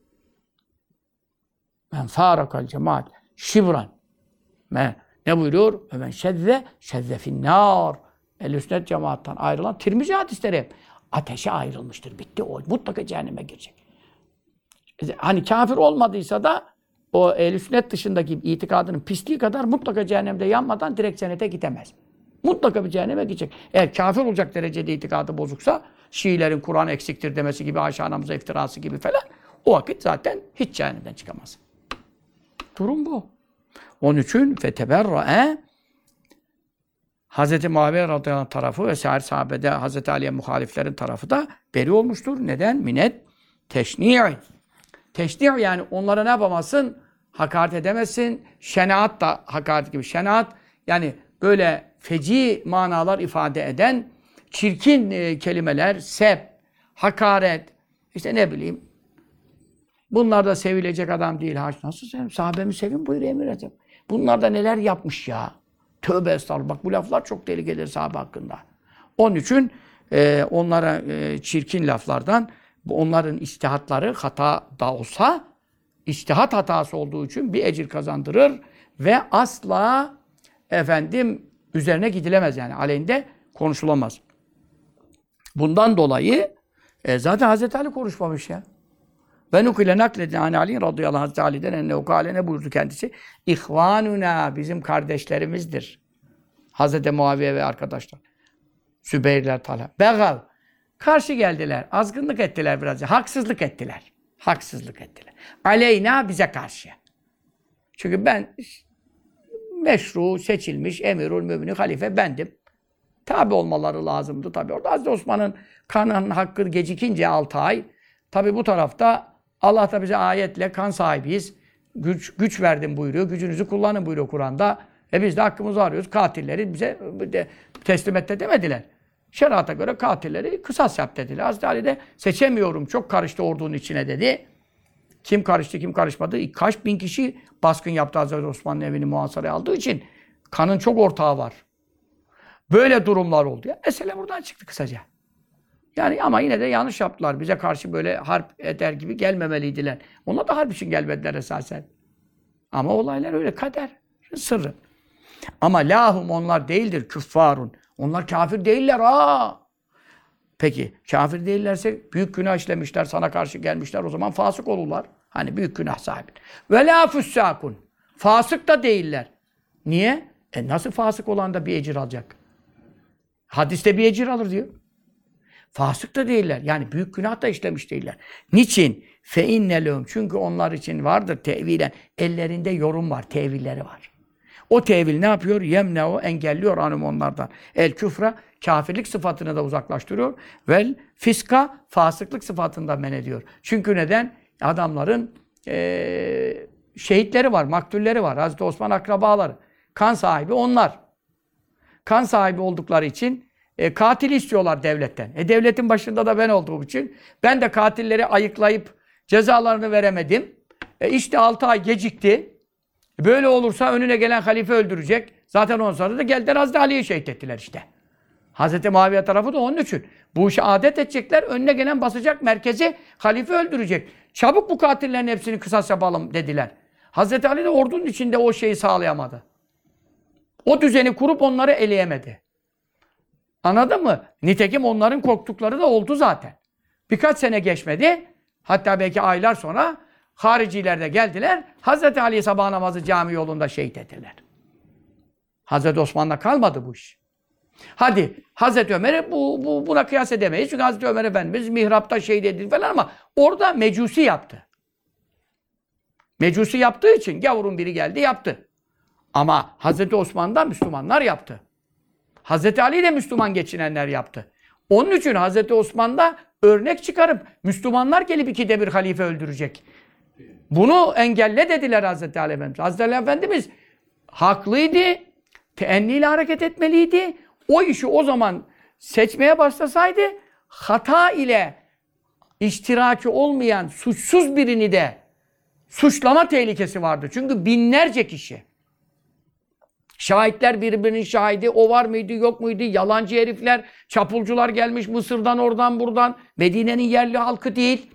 Men farakal cemaat şibran. Ne buyuruyor? Men şezze finnâr. Ehl-i sünnet cemaattan ayrılan Tirmizi hadisleri hep ateşe ayrılmıştır. Bitti o. Mutlaka cehenneme girecek. Hani kafir olmadıysa da o ehl-i sünnet dışındaki itikadının pisliği kadar mutlaka cehennemde yanmadan direkt cennete gidemez. Mutlaka bir cehenneme gidecek. Eğer kafir olacak derecede itikadı bozuksa, Şiilerin Kur'an eksiktir demesi gibi, Ayşe anamıza iftirası gibi falan, o vakit zaten hiç cehennemden çıkamaz. Durum bu. Onun için feteberra'e Hz. Muaviye radıyallahu anh tarafı ve sair sahabede Hz. Ali'ye muhaliflerin tarafı da beri olmuştur. Neden? Minet teşni'. Teşni' yani onlara ne yapamazsın? Hakaret edemezsin. Şenaat da hakaret gibi. Şenaat yani böyle feci manalar ifade eden çirkin kelimeler, sep, hakaret, işte ne bileyim. Bunlar da sevilecek adam değil. Nasıl seveyim? Sahabemi sevin buyur emir edeyim. Bunlar da neler yapmış ya. Tövbe estağfurullah. Bak bu laflar çok tehlikeli sahabe hakkında. Onun için onlara çirkin laflardan, onların içtihatları hata da olsa, içtihat hatası olduğu için bir ecir kazandırır ve asla üzerine gidilemez yani. Aleyhinde konuşulamaz. Bundan dolayı zaten Hazreti Ali konuşmamış ya. Ve nukile nakledin an Ali radıyallahu anh Hazreti Ali'den ennehu kâle ne buyurdu kendisi? İhvanuna bizim kardeşlerimizdir. Hazreti Muaviye ve arkadaşlar. Sübeyrler, Talha. Begav. Karşı geldiler. Azgınlık ettiler biraz. Haksızlık ettiler. Haksızlık ettiler. Aleyna bize karşı. Çünkü ben meşru, seçilmiş, emirül müminin halife bendim. Tabi olmaları lazımdı tabi. Orada Hazreti Osman'ın kanın hakkı gecikince 6 ay. Tabi bu tarafta Allah da bize ayetle kan sahibiyiz. Güç verdim buyuruyor. Gücünüzü kullanın buyuruyor Kur'an'da. Biz de hakkımızı arıyoruz. Katilleri bize teslim et de demediler. Şerata göre katilleri kısas yap dediler. Hazreti Ali de seçemiyorum. Çok karıştı ordunun içine dedi. Kim karıştı, kim karışmadı. Kaç bin kişi baskın yaptı Hazreti Osman'ın evini muhasaraya aldığı için. Kanın çok ortağı var. Böyle durumlar oldu. Ya. Mesele buradan çıktı kısaca. Yani ama yine de yanlış yaptılar. Bize karşı böyle harp eder gibi gelmemeliydiler. Onlar da harp için gelmediler esasen. Ama olaylar öyle kader. Sırrı. Ama lahum onlar değildir küffarun. Onlar kafir değiller ha. Peki kafir değillerse büyük günah işlemişler, sana karşı gelmişler o zaman fasık olurlar. Hani büyük günah sahibi. Ve la fussakun. Fasık da değiller. Niye? Nasıl fasık olan da bir ecir alacak? Hadiste bir ecir alır diyor. Fasık da değiller. Yani büyük günah da işlemiş değiller. Niçin? Fe innelehum. Çünkü onlar için vardır tevilen. Ellerinde yorum var, tevilleri var. O tevil ne yapıyor? Yemne'u engelliyor anım onlardan. El küfra kafirlik sıfatını da uzaklaştırıyor. Vel fiska fasıklık sıfatını da men ediyor. Çünkü neden? Adamların şehitleri var, maktulleri var. Hazreti Osman akrabaları. Kan sahibi onlar. Kan sahibi oldukları için katil istiyorlar devletten. Devletin başında da ben olduğum için ben de katilleri ayıklayıp cezalarını veremedim. İşte 6 ay gecikti. Böyle olursa önüne gelen halife öldürecek. Zaten ondan sonra da geldiler Hazreti Ali'yi şehit ettiler işte. Hazreti Muaviye tarafı da onun için. Bu işi adet edecekler. Önüne gelen basacak merkezi halife öldürecek. Çabuk bu katillerin hepsini kısas yapalım dediler. Hazreti Ali de ordunun içinde o şeyi sağlayamadı. O düzeni kurup onları eleyemedi. Anladın mı? Nitekim onların korktukları da oldu zaten. Birkaç sene geçmedi. Hatta belki aylar sonra hariciler de geldiler. Hazreti Ali'yi sabah namazı cami yolunda şehit ettiler. Hazreti Osman'la kalmadı bu iş. Hadi Hazreti Ömer'e buna kıyas edemeyiz. Çünkü Hazreti Ömer Efendimiz mihrapta şehit edildi falan ama orada mecusi yaptı. Mecusi yaptığı için gavurun biri geldi yaptı. Ama Hazreti Osman'da Müslümanlar yaptı. Hazreti Ali de Müslüman geçinenler yaptı. Onun için Hazreti Osman'da örnek çıkarıp Müslümanlar gelip ikide bir halife öldürecek. Bunu engelle dediler Hazreti Ali Efendimiz. Hazreti Ali Efendimiz haklıydı. Teenniyle hareket etmeliydi. O işi o zaman seçmeye başlasaydı hata ile iştiraki olmayan suçsuz birini de suçlama tehlikesi vardı. Çünkü binlerce kişi. Şahitler birbirinin şahidi. O var mıydı yok muydu? Yalancı herifler, çapulcular gelmiş Mısır'dan oradan buradan. Medine'nin yerli halkı değil.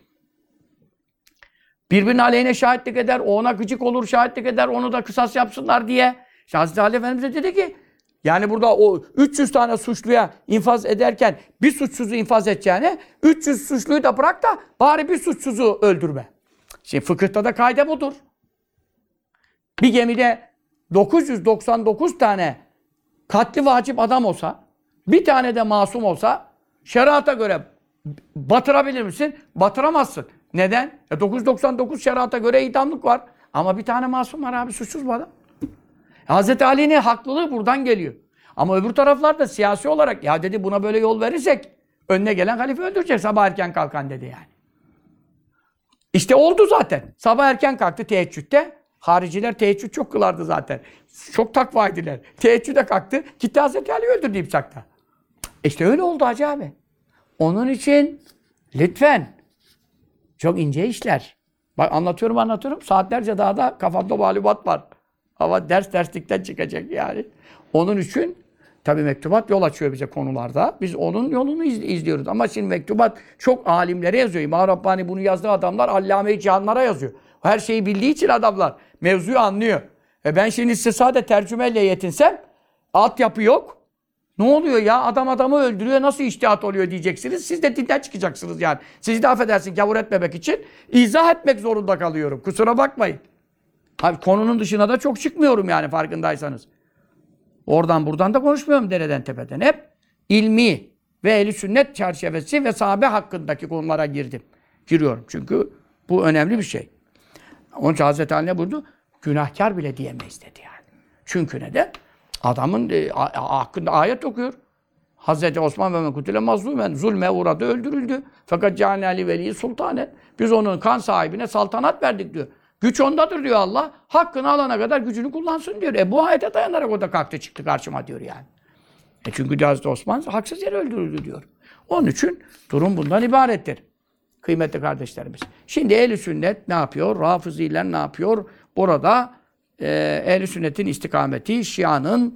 Birbirinin aleyhine şahitlik eder. O ona gıcık olur şahitlik eder. Onu da kısas yapsınlar diye. İşte Hazreti Ali Efendimiz dedi ki yani burada o 300 tane suçluya infaz ederken bir suçsuzu infaz edeceğine 300 suçluyu da bırak da bari bir suçsuzu öldürme. Şimdi fıkıhta da kaide budur. Bir gemide 999 tane katli vacip adam olsa, bir tane de masum olsa şeriata göre batırabilir misin? Batıramazsın. Neden? 999 şeriata göre idamlık var. Ama bir tane masum var abi, suçsuz bu adam. Hazreti Ali'nin haklılığı buradan geliyor. Ama öbür taraflar da siyasi olarak ya dedi buna böyle yol verirsek önüne gelen halife öldürecek sabah erken kalkan dedi yani. İşte oldu zaten. Sabah erken kalktı teheccüde. Hariciler teheccüd çok kılardı zaten. Çok takvaydiler. Teheccüde kalktı. Gitti Hazreti Ali öldürdü İpsak'ta. İşte öyle oldu Hacı abi. Onun için lütfen çok ince işler. Bak anlatıyorum. Saatlerce daha da kafamda malumat var. Ama derslikten çıkacak yani. Onun için tabii mektubat yol açıyor bize konularda. Biz onun yolunu izliyoruz. Ama şimdi mektubat çok alimlere yazıyor. İmam Rabbani bunu yazdığı adamlar allame-i cihanlara yazıyor. Her şeyi bildiği için adamlar mevzuyu anlıyor. Ben şimdi size sadece tercümeyle yetinsem altyapı yok. Ne oluyor ya? Adam adamı öldürüyor. Nasıl içtihat oluyor diyeceksiniz. Siz de dinden çıkacaksınız yani. Sizi de affedersin gavur etmemek için izah etmek zorunda kalıyorum. Kusura bakmayın. Abi konunun dışına da çok çıkmıyorum yani farkındaysanız. Oradan buradan da konuşmuyorum dereden tepeden. Hep ilmi ve ehl-i sünnet çerçevesi ve sahabe hakkındaki konulara giriyorum. Çünkü bu önemli bir şey. Onun için Hazreti Ali ne buyurdu? Günahkar bile diyemeyiz dedi yani. Çünkü neden? Adamın hakkında ayet okuyor. Hazreti Osman ve mekutile mazlumen zulme uğradı, öldürüldü. Fakat Câne Ali Veli Sultanen. Biz onun kan sahibine saltanat verdik diyor. Güç ondadır diyor Allah. Hakkını alana kadar gücünü kullansın diyor. Bu ayete dayanarak o da kalktı çıktı karşıma diyor yani. Çünkü Hazreti Osman haksız yere öldürüldü diyor. Onun için durum bundan ibarettir. Kıymetli kardeşlerimiz. Şimdi ehl-i sünnet ne yapıyor? Rafiziler ne yapıyor? Burada ehl-i sünnetin istikameti, Şia'nın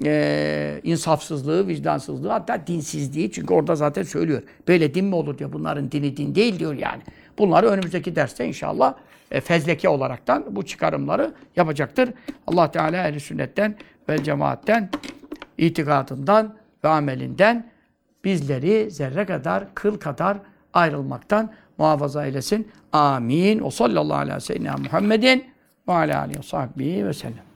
insafsızlığı, vicdansızlığı, hatta dinsizliği. Çünkü orada zaten söylüyor. Böyle din mi olur diyor. Bunların dini din değil diyor yani. Bunları önümüzdeki derste inşallah fezleke olaraktan bu çıkarımları yapacaktır. Allah Teala ehl-i sünnetten ve cemaatten, itikadından ve amelinden bizleri zerre kadar, kıl kadar ayrılmaktan muhafaza eylesin. Amin. O sallallahu aleyhi ve sellem Muhammedin ve aleyhi ve sahbihi ve sellem.